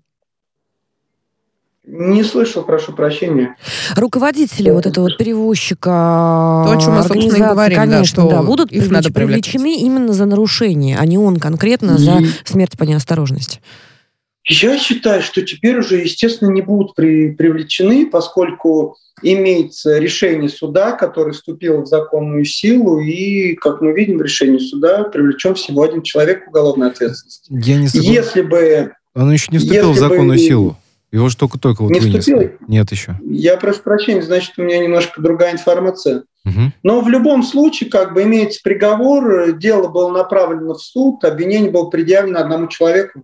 Не слышал, прошу прощения. Руководители вот этого вот перевозчика, то, о чем мы, собственно, и говорим, конечно, да, что да, будут их привлеч... надо привлечены именно за нарушение, а не он конкретно mm-hmm. за смерть по неосторожности. Я считаю, что теперь уже, естественно, не будут при, привлечены, поскольку имеется решение суда, которое вступило в законную силу, и, как мы видим, в решении суда привлечен всего один человек к уголовной ответственности. Я не согласен. Если бы... Оно еще не вступило в законную бы... силу. Его же только-только вот не вынесли. Вступил? Нет еще. Я прошу прощения, значит, у меня немножко другая информация. Угу. Но в любом случае, как бы имеется приговор, дело было направлено в суд, обвинение было предъявлено одному человеку.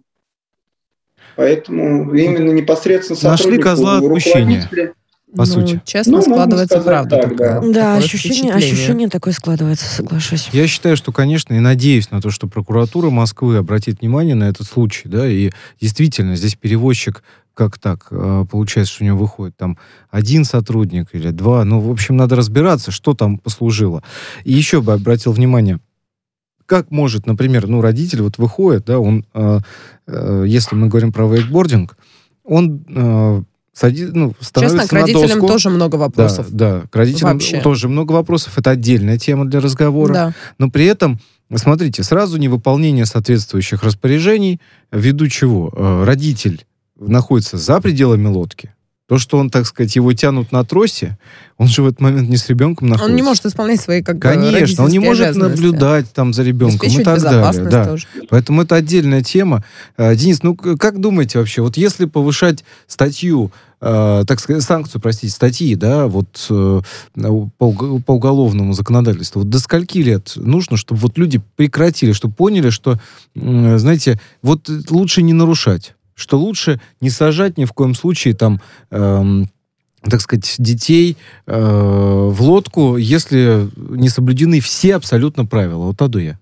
Поэтому именно непосредственно сотруднику, нашли козла отпущения, по ну, сути. Честно, ну, складывается правда так, такая. да. Да, ощущение, ощущение такое складывается, соглашусь. Я считаю, что, конечно, и надеюсь на то, что прокуратура Москвы обратит внимание на этот случай, да, и действительно здесь перевозчик, как так, получается, что у него выходит там один сотрудник или два, ну, в общем, надо разбираться, что там послужило. И еще бы обратил внимание, как может, например, ну, родитель вот выходит, да, он, э, э, если мы говорим про вейкбординг, он э, сади, ну, становится Честно, к родителям на доску. тоже много вопросов. Да, да, к родителям Вообще. тоже много вопросов. Это отдельная тема для разговора. Да. Но при этом, смотрите, сразу невыполнение соответствующих распоряжений, ввиду чего э, родитель находится за пределами лодки. То, что он, так сказать, его тянут на тросе, он же в этот момент не с ребенком находится. Он не может исполнять свои как бы Конечно, он не может наблюдать там за ребенком и так далее. Да. Тоже. Поэтому это отдельная тема. Денис, ну как думаете вообще, вот если повышать статью, э, так сказать, санкцию, простите, статьи, да, вот э, по, по уголовному законодательству, вот до скольки лет нужно, чтобы вот люди прекратили, чтобы поняли, что, э, знаете, вот лучше не нарушать, что лучше не сажать ни в коем случае там, эм, так сказать, детей э, в лодку, если не соблюдены все абсолютно правила. Вот Адуя.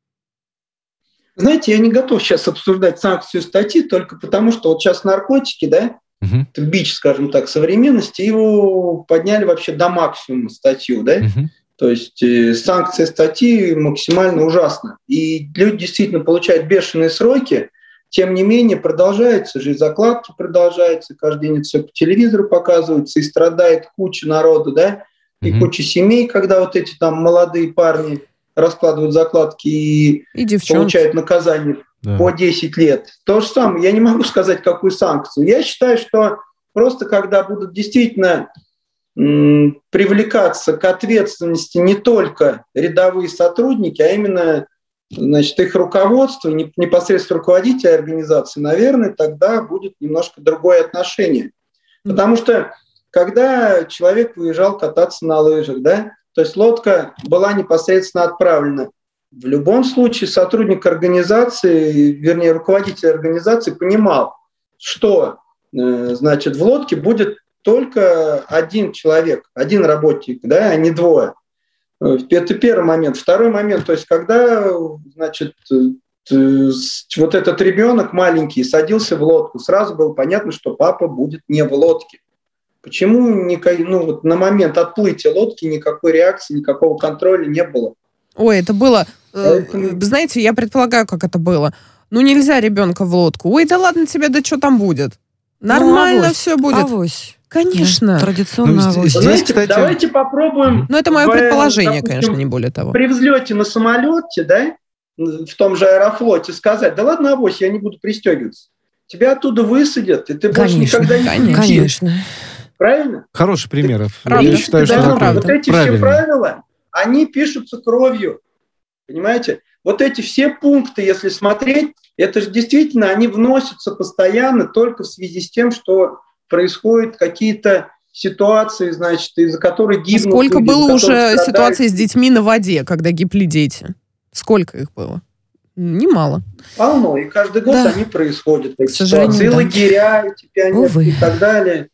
Знаете, я не готов сейчас обсуждать санкцию статьи только потому, что вот сейчас наркотики, да, uh-huh. это бич, скажем так, современности, его подняли вообще до максимума статью, да. Uh-huh. То есть э, санкция статьи максимально ужасна. И люди действительно получают бешеные сроки. Тем не менее, продолжается же, и закладки продолжаются, каждый день это все по телевизору показывается, и страдает куча народу, да, и mm-hmm. куча семей, когда вот эти там молодые парни раскладывают закладки и, и получают наказание да. по десять лет. То же самое, я не могу сказать, какую санкцию. Я считаю, что просто когда будут действительно м- привлекаться к ответственности не только рядовые сотрудники, а именно... Значит, их руководство, непосредственно руководители организации, наверное, тогда будет немножко другое отношение. Потому что, когда человек выезжал кататься на лыжах, да, то есть лодка была непосредственно отправлена, в любом случае сотрудник организации, вернее, руководитель организации понимал, что, значит, в лодке будет только один человек, один работник, да, а не двое. Это первый момент. Второй момент, то есть когда, значит, вот этот ребенок маленький садился в лодку, сразу было понятно, что папа будет не в лодке. Почему ну, вот на момент отплытия лодки никакой реакции, никакого контроля не было? Ой, это было... Поэтому... Знаете, я предполагаю, как это было. Ну, нельзя ребенка в лодку. Ой, да ладно тебе, да что там будет? Нормально ну, авось, все будет. Авось. Конечно. Да, традиционно. Ну, здесь, Знаете, кстати... Давайте попробуем... Ну, это мое в, предположение, допустим, конечно, не более того. При взлете на самолете, да, в том же Аэрофлоте сказать, да ладно, авось, я не буду пристегиваться. Тебя оттуда высадят, и ты больше конечно, никогда не конечно. полетишь. Конечно. Правильно? Хороший пример. Правда. Я считаю, да, что это правда. Вот эти правильно. все правила, они пишутся кровью. Понимаете? Вот эти все пункты, если смотреть, это же действительно, они вносятся постоянно только в связи с тем, что происходят какие-то ситуации, значит, из-за которых гибнут Сколько люди, было уже страдают. ситуаций с детьми на воде, когда гибли дети? Сколько их было? Немало. Полно. И каждый год да. они происходят. К сожалению, ситуации. да. И лагеря, эти пионерские и так далее.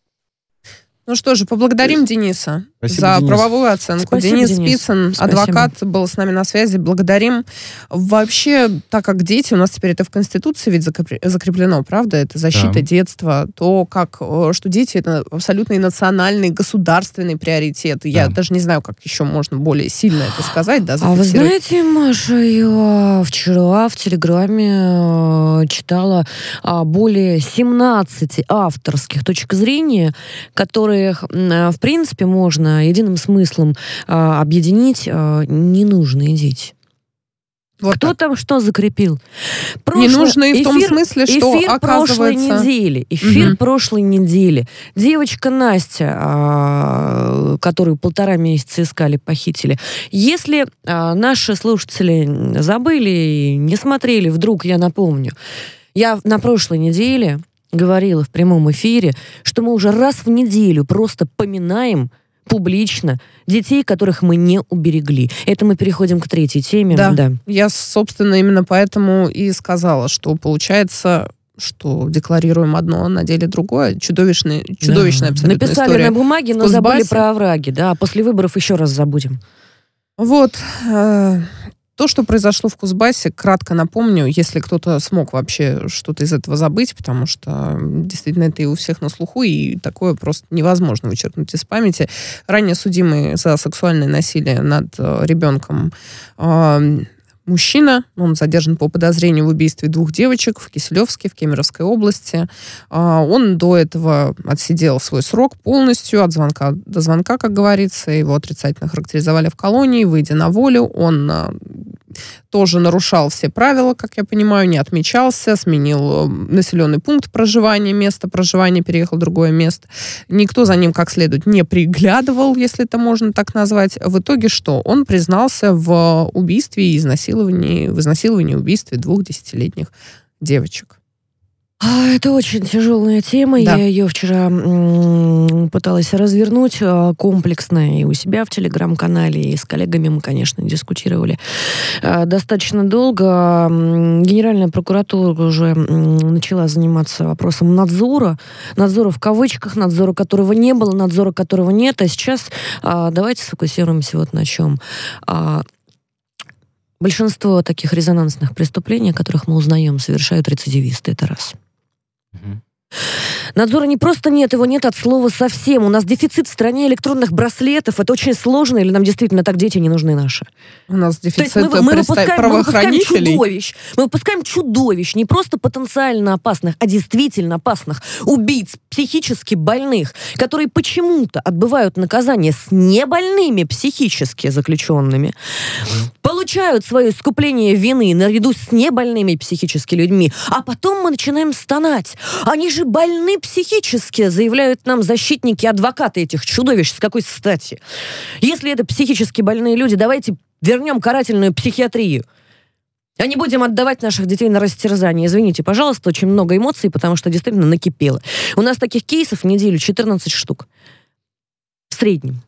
Ну что же, поблагодарим Дениса Спасибо, за Денис. правовую оценку. Спасибо, Денис Денис. Спицын, Спасибо. адвокат, был с нами на связи. Благодарим. Вообще, так как дети, у нас теперь это в Конституции ведь закреплено, правда? Это защита да. детства. То, как, что дети — это абсолютно национальный, государственный приоритет. Я да. даже не знаю, как еще можно более сильно это сказать. Да, а вы знаете, Маша, я вчера в Телеграме читала более семнадцати авторских точек зрения, которые в принципе, можно единым смыслом а, объединить а, ненужные дети. Вот Кто так. там что закрепил? Прошлый, Ненужные эфир, в том смысле, что эфир оказывается... прошлой недели. Эфир угу. прошлой недели. Девочка Настя, а, которую полтора месяца искали, похитили. Если а, наши слушатели забыли и не смотрели, вдруг я напомню. Я на прошлой неделе говорила в прямом эфире, что мы уже раз в неделю просто поминаем публично детей, которых мы не уберегли. Это мы переходим к третьей теме. Да, да. Я, собственно, именно поэтому и сказала, что получается, что декларируем одно, а на деле другое. Чудовищная, чудовищная да. абсолютно Написали история. на бумаге, но забыли про овраги. Да, а после выборов еще раз забудем. Вот. Э- То, что произошло в Кузбассе, кратко напомню, если кто-то смог вообще что-то из этого забыть, потому что действительно это и у всех на слуху, и такое просто невозможно вычеркнуть из памяти. Ранее судимый за сексуальное насилие над э, ребенком э, мужчина, он задержан по подозрению в убийстве двух девочек в Киселевске, в Кемеровской области. Он до этого отсидел свой срок полностью, от звонка до звонка, как говорится. Его отрицательно характеризовали в колонии. Выйдя на волю, он тоже нарушал все правила, как я понимаю, не отмечался, сменил населенный пункт проживания, место проживания, переехал в другое место. Никто за ним как следует не приглядывал, если это можно так назвать. В итоге что? Он признался в убийстве и изнасиловании, в изнасиловании и убийстве двух десятилетних девочек. Это очень тяжелая тема. Да. Я ее вчера м- пыталась развернуть комплексно и у себя в телеграм-канале, и с коллегами мы, конечно, дискутировали достаточно долго. Генеральная прокуратура уже начала заниматься вопросом надзора. Надзора в кавычках, надзора которого не было, надзора которого нет. А сейчас давайте сфокусируемся вот на чем. Большинство таких резонансных преступлений, о которых мы узнаем, совершают рецидивисты. Это раз. Угу. Надзора не просто нет, его нет от слова совсем. У нас дефицит в стране электронных браслетов. Это очень сложно, или нам действительно так дети не нужны наши? У нас дефицит мы, мы, выпускаем, правоохранителей. Мы выпускаем чудовищ. Мы выпускаем чудовищ, не просто потенциально опасных, а действительно опасных. Убийц, психически больных, которые почему-то отбывают наказание с небольными психически заключенными, mm. получают свое искупление вины наряду с небольными психически людьми, а потом мы начинаем стонать. Они же больны психически, заявляют нам защитники, адвокаты этих чудовищ. С какой стати? Если это психически больные люди, давайте вернем карательную психиатрию. А не будем отдавать наших детей на растерзание. Извините, пожалуйста, очень много эмоций, потому что действительно накипело. У нас таких кейсов в неделю четырнадцать штук. В среднем.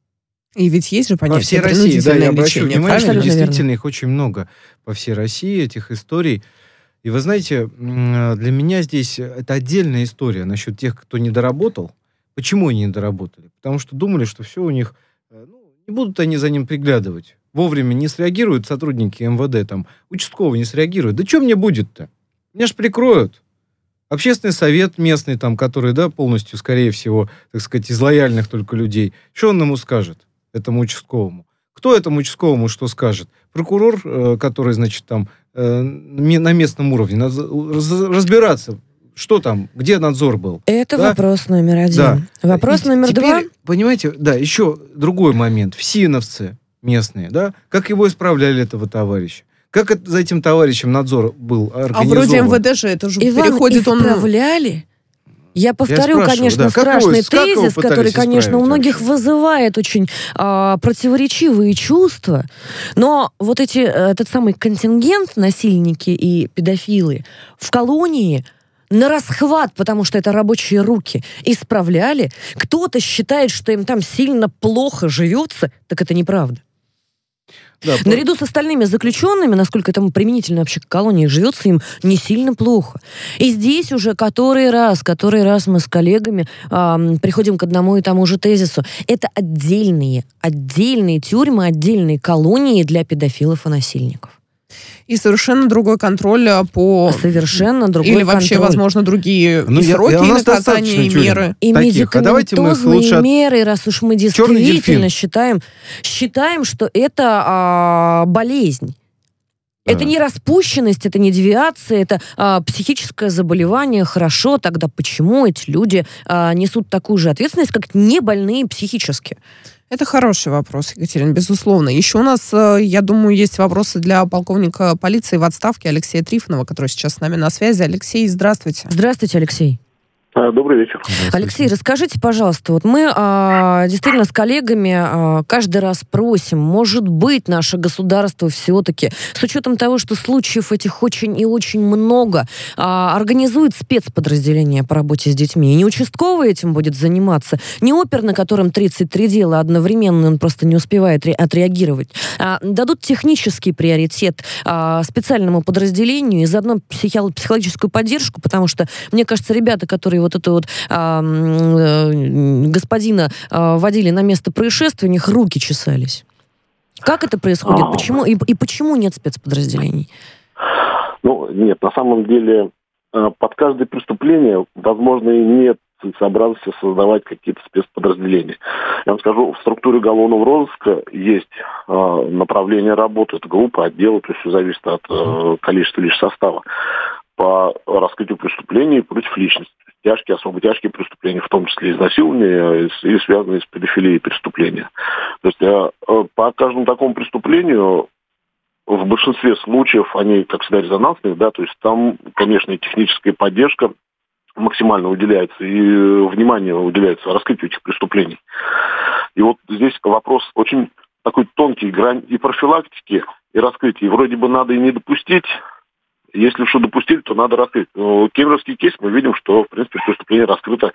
И ведь есть же понятие по всей России, да, я обращу внимание, Абсолютно действительно верно. Их очень много по всей России, этих историй. И вы знаете, для меня здесь это отдельная история насчет тех, кто не доработал. Почему они не доработали? Потому что думали, что все у них... Ну, не будут они за ним приглядывать. Вовремя не среагируют сотрудники эм вэ дэ, там, участковый не среагирует. Да что мне будет-то? Меня ж прикроют. Общественный совет местный, там, который, да, полностью, скорее всего, так сказать, из лояльных только людей. Что он ему скажет, этому участковому? Кто этому участковому что скажет? Прокурор, э, который, значит, там, э, на местном уровне, надо разбираться, что там, где надзор был. Это да? Вопрос номер один. Да. Вопрос И номер теперь, два. Понимаете, да, еще другой момент. ФСИНовцы местные, да, как его исправляли, этого товарища? Как это, за этим товарищем надзор был организован? А вроде эм вэ дэ же это уже Иван, переходит он... исправляли? Я повторю, Я конечно, да, страшный как его, тезис, как который, конечно, у многих вообще? вызывает очень а, противоречивые чувства. Но вот эти, этот самый контингент, насильники и педофилы, в колонии на расхват, потому что это рабочие руки, исправляли. Кто-то считает, что им там сильно плохо живется, так это неправда. Да, наряду с остальными заключенными, насколько это применительно вообще к колонии, живется им не сильно плохо. И здесь уже который раз, который раз мы с коллегами э, приходим к одному и тому же тезису. Это отдельные, отдельные тюрьмы, отдельные колонии для педофилов и насильников. И совершенно другой контроль по... Совершенно другой Или контроль. вообще, возможно, другие ну, и я, сроки, я, и наказания, и меры. И таких. медикаментозные а лучше... меры, раз уж мы действительно считаем, считаем, что это а, болезнь. Да. Это не распущенность, это не девиация, это а, психическое заболевание. Хорошо, тогда почему эти люди а, несут такую же ответственность, как небольные психически? Это хороший вопрос, Екатерина, безусловно. Еще у нас, я думаю, есть вопросы для полковника полиции в отставке Алексея Трифонова, который сейчас с нами на связи. Алексей, здравствуйте. Здравствуйте, Алексей. Добрый вечер. Алексей, расскажите, пожалуйста, вот мы а, действительно с коллегами а, каждый раз просим, может быть, наше государство все-таки, с учетом того, что случаев этих очень и очень много, а, организует спецподразделение по работе с детьми. И не участковый этим будет заниматься, не опер, на котором тридцать три дела одновременно, он просто не успевает ре- отреагировать. А, дадут технический приоритет а, специальному подразделению и заодно психи- психологическую поддержку, потому что, мне кажется, ребята, которые вот это вот а, господина а, водили на место происшествия, у них руки чесались. Как это происходит? Почему? И, и почему нет спецподразделений? Ну, нет, на самом деле под каждое преступление, возможно, и нет целесообразности создавать какие-то спецподразделения. Я вам скажу, в структуре уголовного розыска есть э, направление работы, это группа, отдел, то есть все зависит от э, количества лишь состава, по раскрытию преступлений против личности. Тяжкие, особо тяжкие преступления, в том числе изнасилования и связанные с педофилией преступления. То есть э, по каждому такому преступлению в большинстве случаев они, как всегда, резонансные, да, то есть там, конечно, и техническая поддержка максимально уделяется, и внимание уделяется раскрытию этих преступлений. И вот здесь вопрос очень такой тонкий, грань и профилактики, и раскрытия. И вроде бы надо и не допустить. Если что допустили, то надо раскрыть. Но кемеровский кейс мы видим, что, в принципе, преступление раскрыто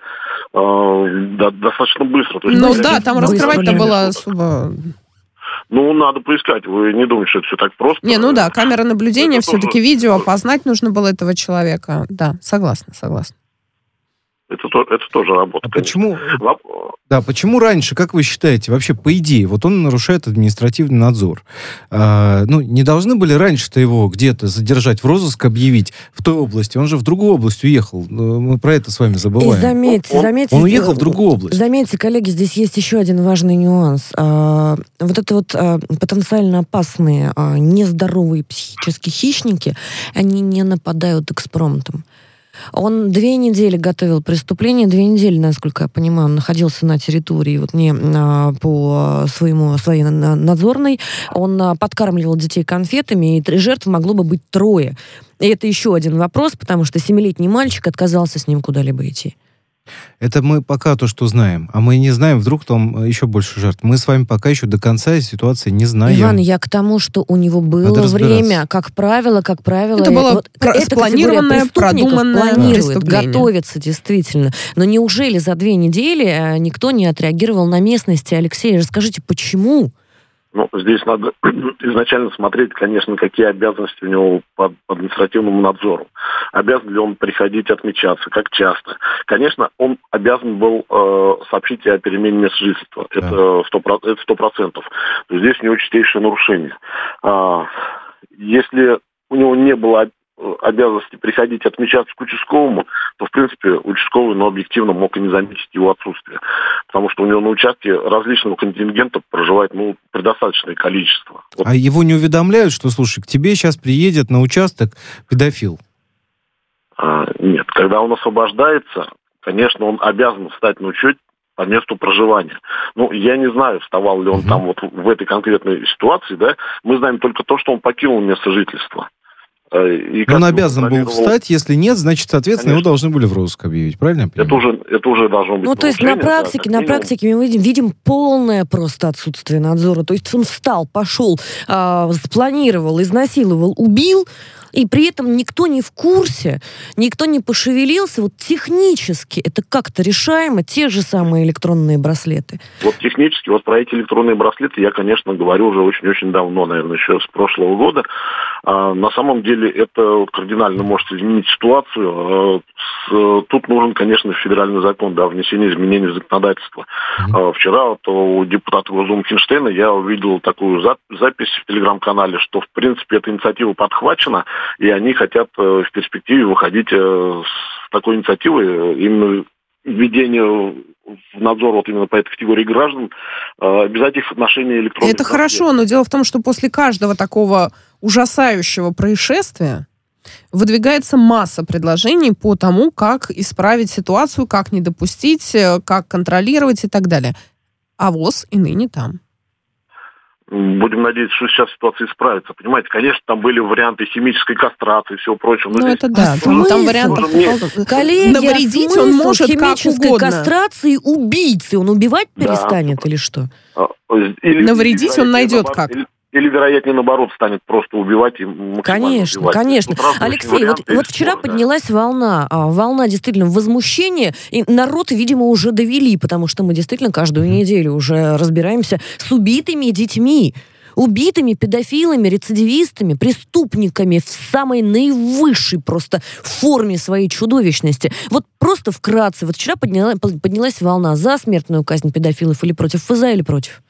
э, да, достаточно быстро. То есть, ну да, там раскрывать-то было особо... Ну, надо поискать. Вы не думаете, что это все так просто? Не, ну да, камера наблюдения, это все-таки тоже... видео, опознать нужно было этого человека. Да, согласна, согласна. Это, это тоже работа. А почему, да, почему раньше, как вы считаете, вообще, по идее, вот он нарушает административный надзор. А, ну, не должны были раньше-то его где-то задержать, в розыск объявить в той области? Он же в другую область уехал. Мы про это с вами забываем. И заметьте, он, заметьте, он уехал в другую область. Заметьте, коллеги, здесь есть еще один важный нюанс. А, вот это вот а, потенциально опасные, а, нездоровые психические хищники, они не нападают экспромтом. Он две недели готовил преступление, две недели, насколько я понимаю, он находился на территории, вот не а, по своему, своей надзорной, он а, подкармливал детей конфетами, и жертв могло бы быть трое. И это еще один вопрос, потому что семилетний мальчик отказался с ним куда-либо идти. Это мы пока то, что знаем. А мы не знаем, вдруг там еще больше жертв. Мы с вами пока еще до конца ситуации не знаем. Иван, я к тому, что у него было время, как правило, как правило... Это было вот, про- спланированное, продуманное планирует, готовится действительно. Но неужели за две недели никто не отреагировал на местности? Алексей, расскажите, почему? Ну, здесь надо изначально смотреть, конечно, какие обязанности у него по административному надзору. Обязан ли он приходить отмечаться, как часто. Конечно, он обязан был э, сообщить о перемене места жительства. Да. Это сто процентов. То есть здесь у него чистейшее нарушение. А, если у него не было обязанности приходить отмечаться к участковому, то, в принципе, участковый, но объективно мог и не заметить его отсутствие. Потому что у него на участке различного контингента проживает, ну, предостаточное количество. Вот. А его не уведомляют, что, слушай, к тебе сейчас приедет на участок педофил? А, нет. Когда он освобождается, конечно, он обязан встать на учет по месту проживания. Ну, я не знаю, вставал ли он uh-huh. там вот в этой конкретной ситуации, да. Мы знаем только то, что он покинул место жительства. И он обязан был встать, если нет, значит, соответственно, Конечно. Его должны были в розыск объявить, правильно я понимаю? Это уже, это уже должно быть. Ну, то есть на практике, да, на практике мы видим, видим полное просто отсутствие надзора. То есть он встал, пошел, э, спланировал, изнасиловал, убил, и при этом никто не в курсе, никто не пошевелился. Вот технически это как-то решаемо, те же самые электронные браслеты. Вот технически, вот про эти электронные браслеты я, конечно, говорю уже очень-очень давно, наверное, еще с прошлого года. А, на самом деле это кардинально может изменить ситуацию. А, с, тут нужен, конечно, федеральный закон, да, внесение изменений в законодательство. Mm-hmm. А, вчера вот у депутата Госдумы Хинштейна я увидел такую за- запись в телеграм-канале, что, в принципе, эта инициатива подхвачена, и они хотят в перспективе выходить с такой инициативой, именно введение в надзор вот именно по этой категории граждан, обязать их отношение электронных... Это хорошо, но дело в том, что после каждого такого ужасающего происшествия выдвигается масса предложений по тому, как исправить ситуацию, как не допустить, как контролировать и так далее. А ВОС и ныне там. будем надеяться, что сейчас ситуация исправится. Понимаете, конечно, там были варианты химической кастрации и всего прочего. Ну, это да. Ну, там вариантов... Коллеги, навредить он может как химической угодно. кастрации убийцы. Он убивать Да. перестанет или что? Или, навредить или, он найдет наоборот, как. Или, или, вероятнее, наоборот, станет просто убивать и максимально Конечно, убивать. конечно. Тут разные Алексей, вот, варианты вот и вчера споры, да. поднялась волна, а, волна действительно возмущения, и народ, видимо, уже довели, потому что мы действительно каждую неделю уже разбираемся с убитыми детьми, убитыми педофилами, рецидивистами, преступниками в самой наивысшей просто форме своей чудовищности. Вот просто вкратце, вот вчера подняла, поднялась волна за смертную казнь педофилов или против, вы за или против?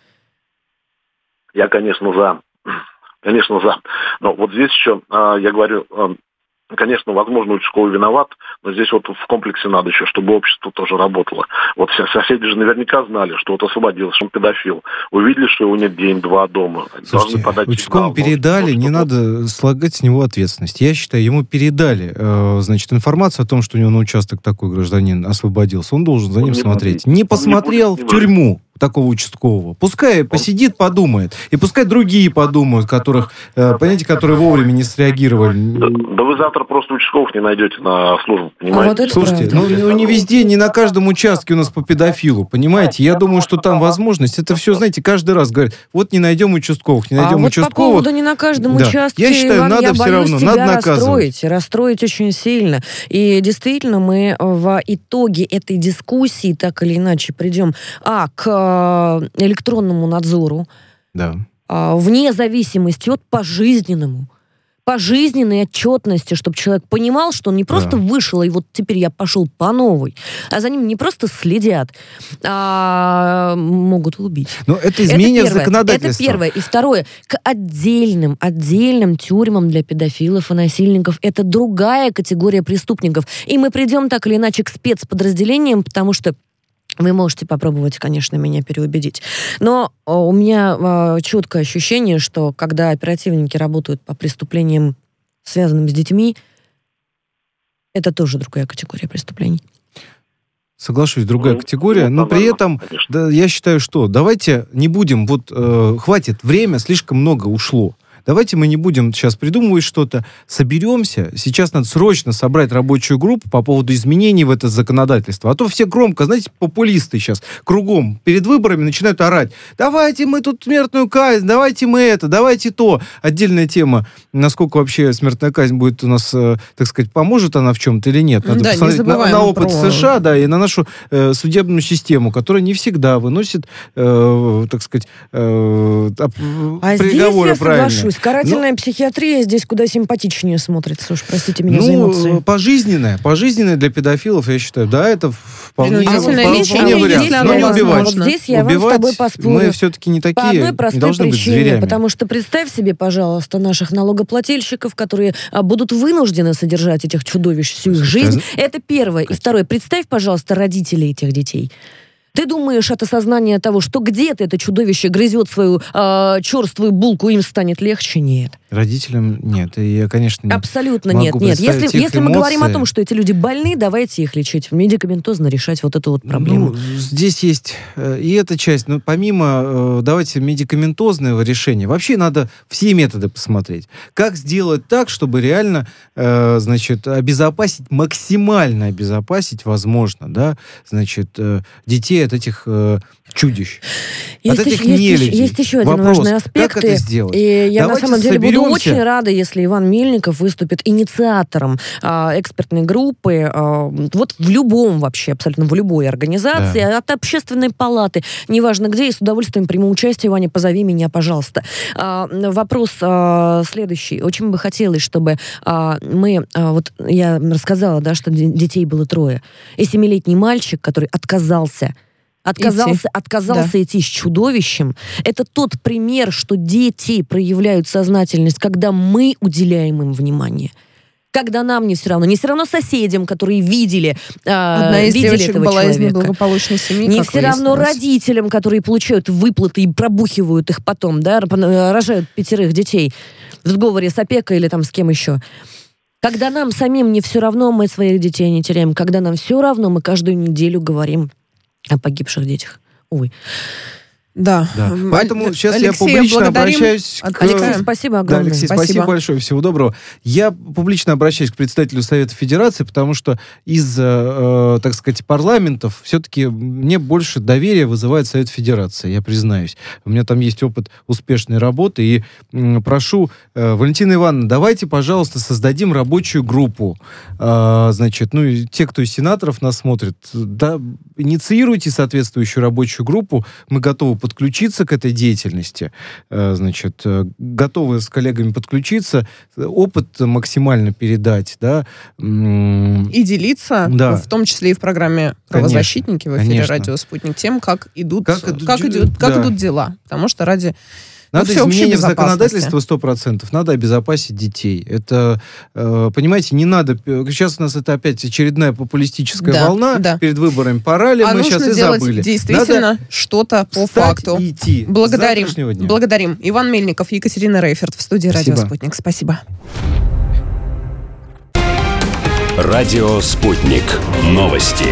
Я, конечно, за. Конечно, за. Но вот здесь еще, я говорю, конечно, возможно, участковый виноват, но здесь вот в комплексе надо еще, чтобы общество тоже работало. Вот все соседи же наверняка знали, что вот освободился, что он педофил. Увидели, что его нет день-два дома. Слушайте, участковому передали, не надо слагать с него ответственность. Я считаю, ему передали, э, значит, информацию о том, что у него на участок такой гражданин освободился. Он должен за ним Он не смотреть. будет. Не посмотрел Он не в будет, не тюрьму такого участкового. Пускай посидит, подумает. И пускай другие подумают, которых, э, понимаете, которые вовремя не среагировали. Да, да вы завтра просто участковых не найдете на службу, понимаете? А вот это Слушайте, правда. ну, ну не везде, не на каждом участке у нас по педофилу, понимаете? Я думаю, что там возможность, это все, знаете, каждый раз говорят, вот не найдем участковых, не найдем а вот участковых. по поводу не на каждом Да. участке, Я считаю, Иван, надо я все боюсь равно, тебя надо наказывать. расстроить, расстроить очень сильно. И действительно, мы в итоге этой дискуссии так или иначе придем, а, к электронному надзору, Да. а, вне зависимости от пожизненному. Пожизненной отчетности, чтобы человек понимал, что он не просто Да. вышел, и вот теперь я пошел по новой, а за ним не просто следят, а могут убить. Но это изменение первое. законодательства. Это первое. И второе, к отдельным, отдельным тюрьмам для педофилов и насильников. Это другая категория преступников. И мы придем так или иначе к спецподразделениям, потому что вы можете попробовать, конечно, меня переубедить. Но э, у меня э, четкое ощущение, что когда оперативники работают по преступлениям, связанным с детьми, это тоже другая категория преступлений. Соглашусь, другая Ну, категория, ну, но при наверное, этом, конечно. да, я считаю, что давайте не будем, вот э, хватит, время слишком много ушло. Давайте мы не будем сейчас придумывать что-то, соберемся. Сейчас надо срочно собрать рабочую группу по поводу изменений в это законодательство. А то все громко, знаете, популисты сейчас кругом перед выборами начинают орать. Давайте мы тут смертную казнь, давайте мы это, давайте то. Отдельная тема, насколько вообще смертная казнь будет у нас, э, так сказать, поможет она в чем-то или нет. Надо Да, посмотреть не на, забываем на опыт про... США, да, и на нашу э, судебную систему, которая не всегда выносит, э, так сказать, э, А приговоры здесь я правильные. соглашусь. Карательная Ну, психиатрия здесь куда симпатичнее смотрится. Уж простите меня ну, за эмоции. пожизненное. Пожизненное для педофилов, я считаю. Да, это вполне, Принудительное вполне лечение, вариант. если Но оно не возможно. убивать. Вот здесь я убивать вам с тобой поспорю. мы все-таки не такие, По одной не простой должны быть причине, зверями. потому что представь себе, пожалуйста, наших налогоплательщиков, которые а, будут вынуждены содержать этих чудовищ всю их жизнь. Это первое. И второе. Представь, пожалуйста, родителей этих детей. Ты думаешь от осознания того, что где-то это чудовище грызет свою э, черствую булку, им станет легче? Нет. Родителям нет. И я, конечно, не Абсолютно могу нет. Нет. представить Если, их если мы говорим о эмоции. том, что эти люди больны, давайте их лечить. Медикаментозно решать вот эту вот проблему. Ну, здесь есть э, и эта часть, но помимо, э, давайте, медикаментозного решения, вообще надо все методы посмотреть. Как сделать так, чтобы реально, э, значит, обезопасить, максимально обезопасить, возможно, да, значит, э, детей от этих э, чудищ. Есть, от этих еще, есть, нелюдей. есть еще один Вопрос, важный аспект. как это сделать? И я Давайте на самом деле буду соберемся. очень рада, если Иван Мельников выступит инициатором а, экспертной группы а, вот в любом вообще, абсолютно в любой организации, Да. от общественной палаты, неважно где, и с удовольствием приму участие. Ваня, позови меня, пожалуйста. А, вопрос а, следующий. Очень бы хотелось, чтобы а, мы, а, вот я рассказала, да, что детей было трое, и семилетний мальчик, который отказался Отказался, Идти. отказался Да. идти с чудовищем. Это тот пример, что дети проявляют сознательность, когда мы уделяем им внимание. Когда нам не все равно. Не все равно соседям, которые видели, э, Одна из видели девочек этого была из человека. неблагополучной семьи. Не как все равно выяснилось. родителям, которые получают выплаты и пробухивают их потом, да, рожают пятерых детей в сговоре с опекой или там с кем еще. Когда нам самим не все равно, мы своих детей не теряем. Когда нам все равно, мы каждую неделю говорим о погибших детях. Ой. Да. да. Поэтому Аль... сейчас Алексея, я публично благодарим. обращаюсь к... Алексей, спасибо огромное. Да, Алексей, спасибо. спасибо большое, всего доброго. Я публично обращаюсь к представителю Совета Федерации, потому что из, э, так сказать, парламентов все-таки мне больше доверия вызывает Совет Федерации, я признаюсь. У меня там есть опыт успешной работы, и э, прошу, э, Валентина Ивановна, давайте, пожалуйста, создадим рабочую группу. Э, значит, ну, и те, кто из сенаторов нас смотрит, да, инициируйте соответствующую рабочую группу, мы готовы подключиться к этой деятельности, значит, готовы с коллегами подключиться, опыт максимально передать, да. И делиться, да. в том числе и в программе «Правозащитники» в эфире конечно. Радио «Спутник» тем, как идут, как, как, идут, как да. идут дела. Потому что ради... Надо ну, изменение в законодательство сто процентов. Надо обезопасить детей. Это, э, понимаете, не надо... Сейчас у нас это опять очередная популистическая да, волна. Да. Перед выборами пора ли, а мы сейчас и забыли. Действительно надо что-то по факту. И идти. Благодарим. Благодарим. Иван Мельников, Екатерина Рейферт в студии Спасибо. Радио «Спутник». Спасибо. Радио «Спутник». Новости.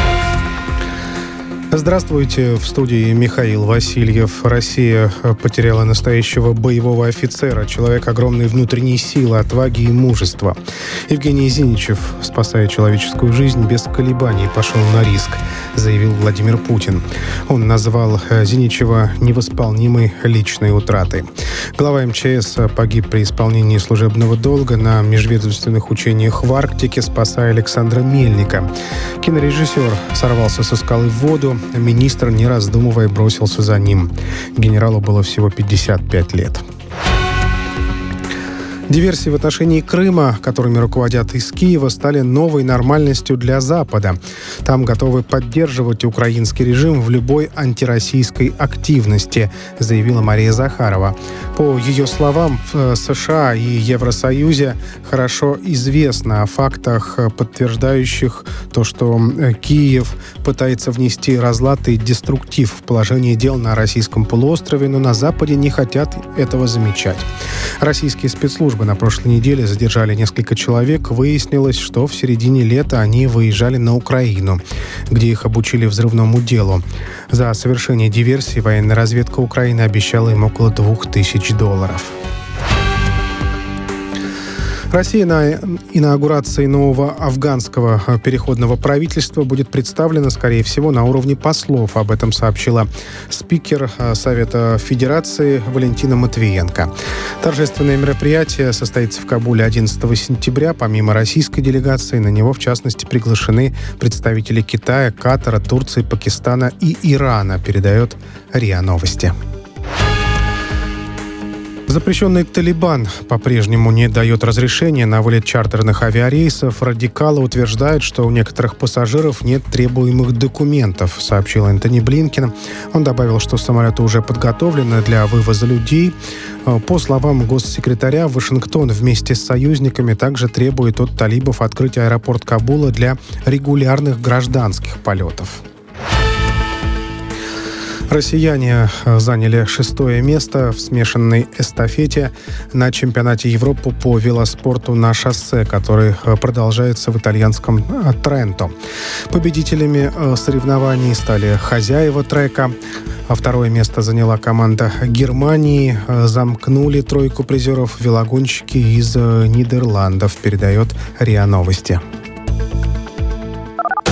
Здравствуйте, в студии Михаил Васильев. Россия потеряла настоящего боевого офицера, человек огромной внутренней силы, отваги и мужества. Евгений Зиничев, спасая человеческую жизнь, без колебаний пошел на риск, заявил Владимир Путин. Он назвал Зиничева невосполнимой личной утратой. Глава эм че эс погиб при исполнении служебного долга на межведомственных учениях в Арктике, спасая Александра Мельника. Кинорежиссер сорвался со скалы в воду. Министр, не раздумывая, бросился за ним. Генералу было всего пятьдесят пять лет. Диверсии в отношении Крыма, которыми руководят из Киева, стали новой нормальностью для Запада. Там готовы поддерживать украинский режим в любой антироссийской активности, заявила Мария Захарова. По ее словам, в США и Евросоюзе хорошо известно о фактах, подтверждающих то, что Киев пытается внести разлад и деструктив в положение дел на российском полуострове, но на Западе не хотят этого замечать. Российские спецслужбы на прошлой неделе задержали несколько человек. Выяснилось, что в середине лета они выезжали на Украину, где их обучили взрывному делу. За совершение диверсии военная разведка Украины обещала им около двух тысяч долларов. Россия на инаугурации нового афганского переходного правительства будет представлена, скорее всего, на уровне послов. Об этом сообщила спикер Совета Федерации Валентина Матвиенко. Торжественное мероприятие состоится в Кабуле одиннадцатого сентября. Помимо российской делегации, на него, в частности, приглашены представители Китая, Катара, Турции, Пакистана и Ирана, передает РИА Новости. Запрещенный Талибан по-прежнему не дает разрешения на вылет чартерных авиарейсов. Радикалы утверждают, что у некоторых пассажиров нет требуемых документов, сообщил Энтони Блинкен. Он добавил, что самолеты уже подготовлены для вывоза людей. По словам госсекретаря, Вашингтон вместе с союзниками также требует от талибов открыть аэропорт Кабула для регулярных гражданских полетов. Россияне заняли шестое место в смешанной эстафете на чемпионате Европы по велоспорту на шоссе, который продолжается в итальянском Тренто. Победителями соревнований стали хозяева трека. А второе место заняла команда Германии. Замкнули тройку призеров велогонщики из Нидерландов, передает РИА Новости.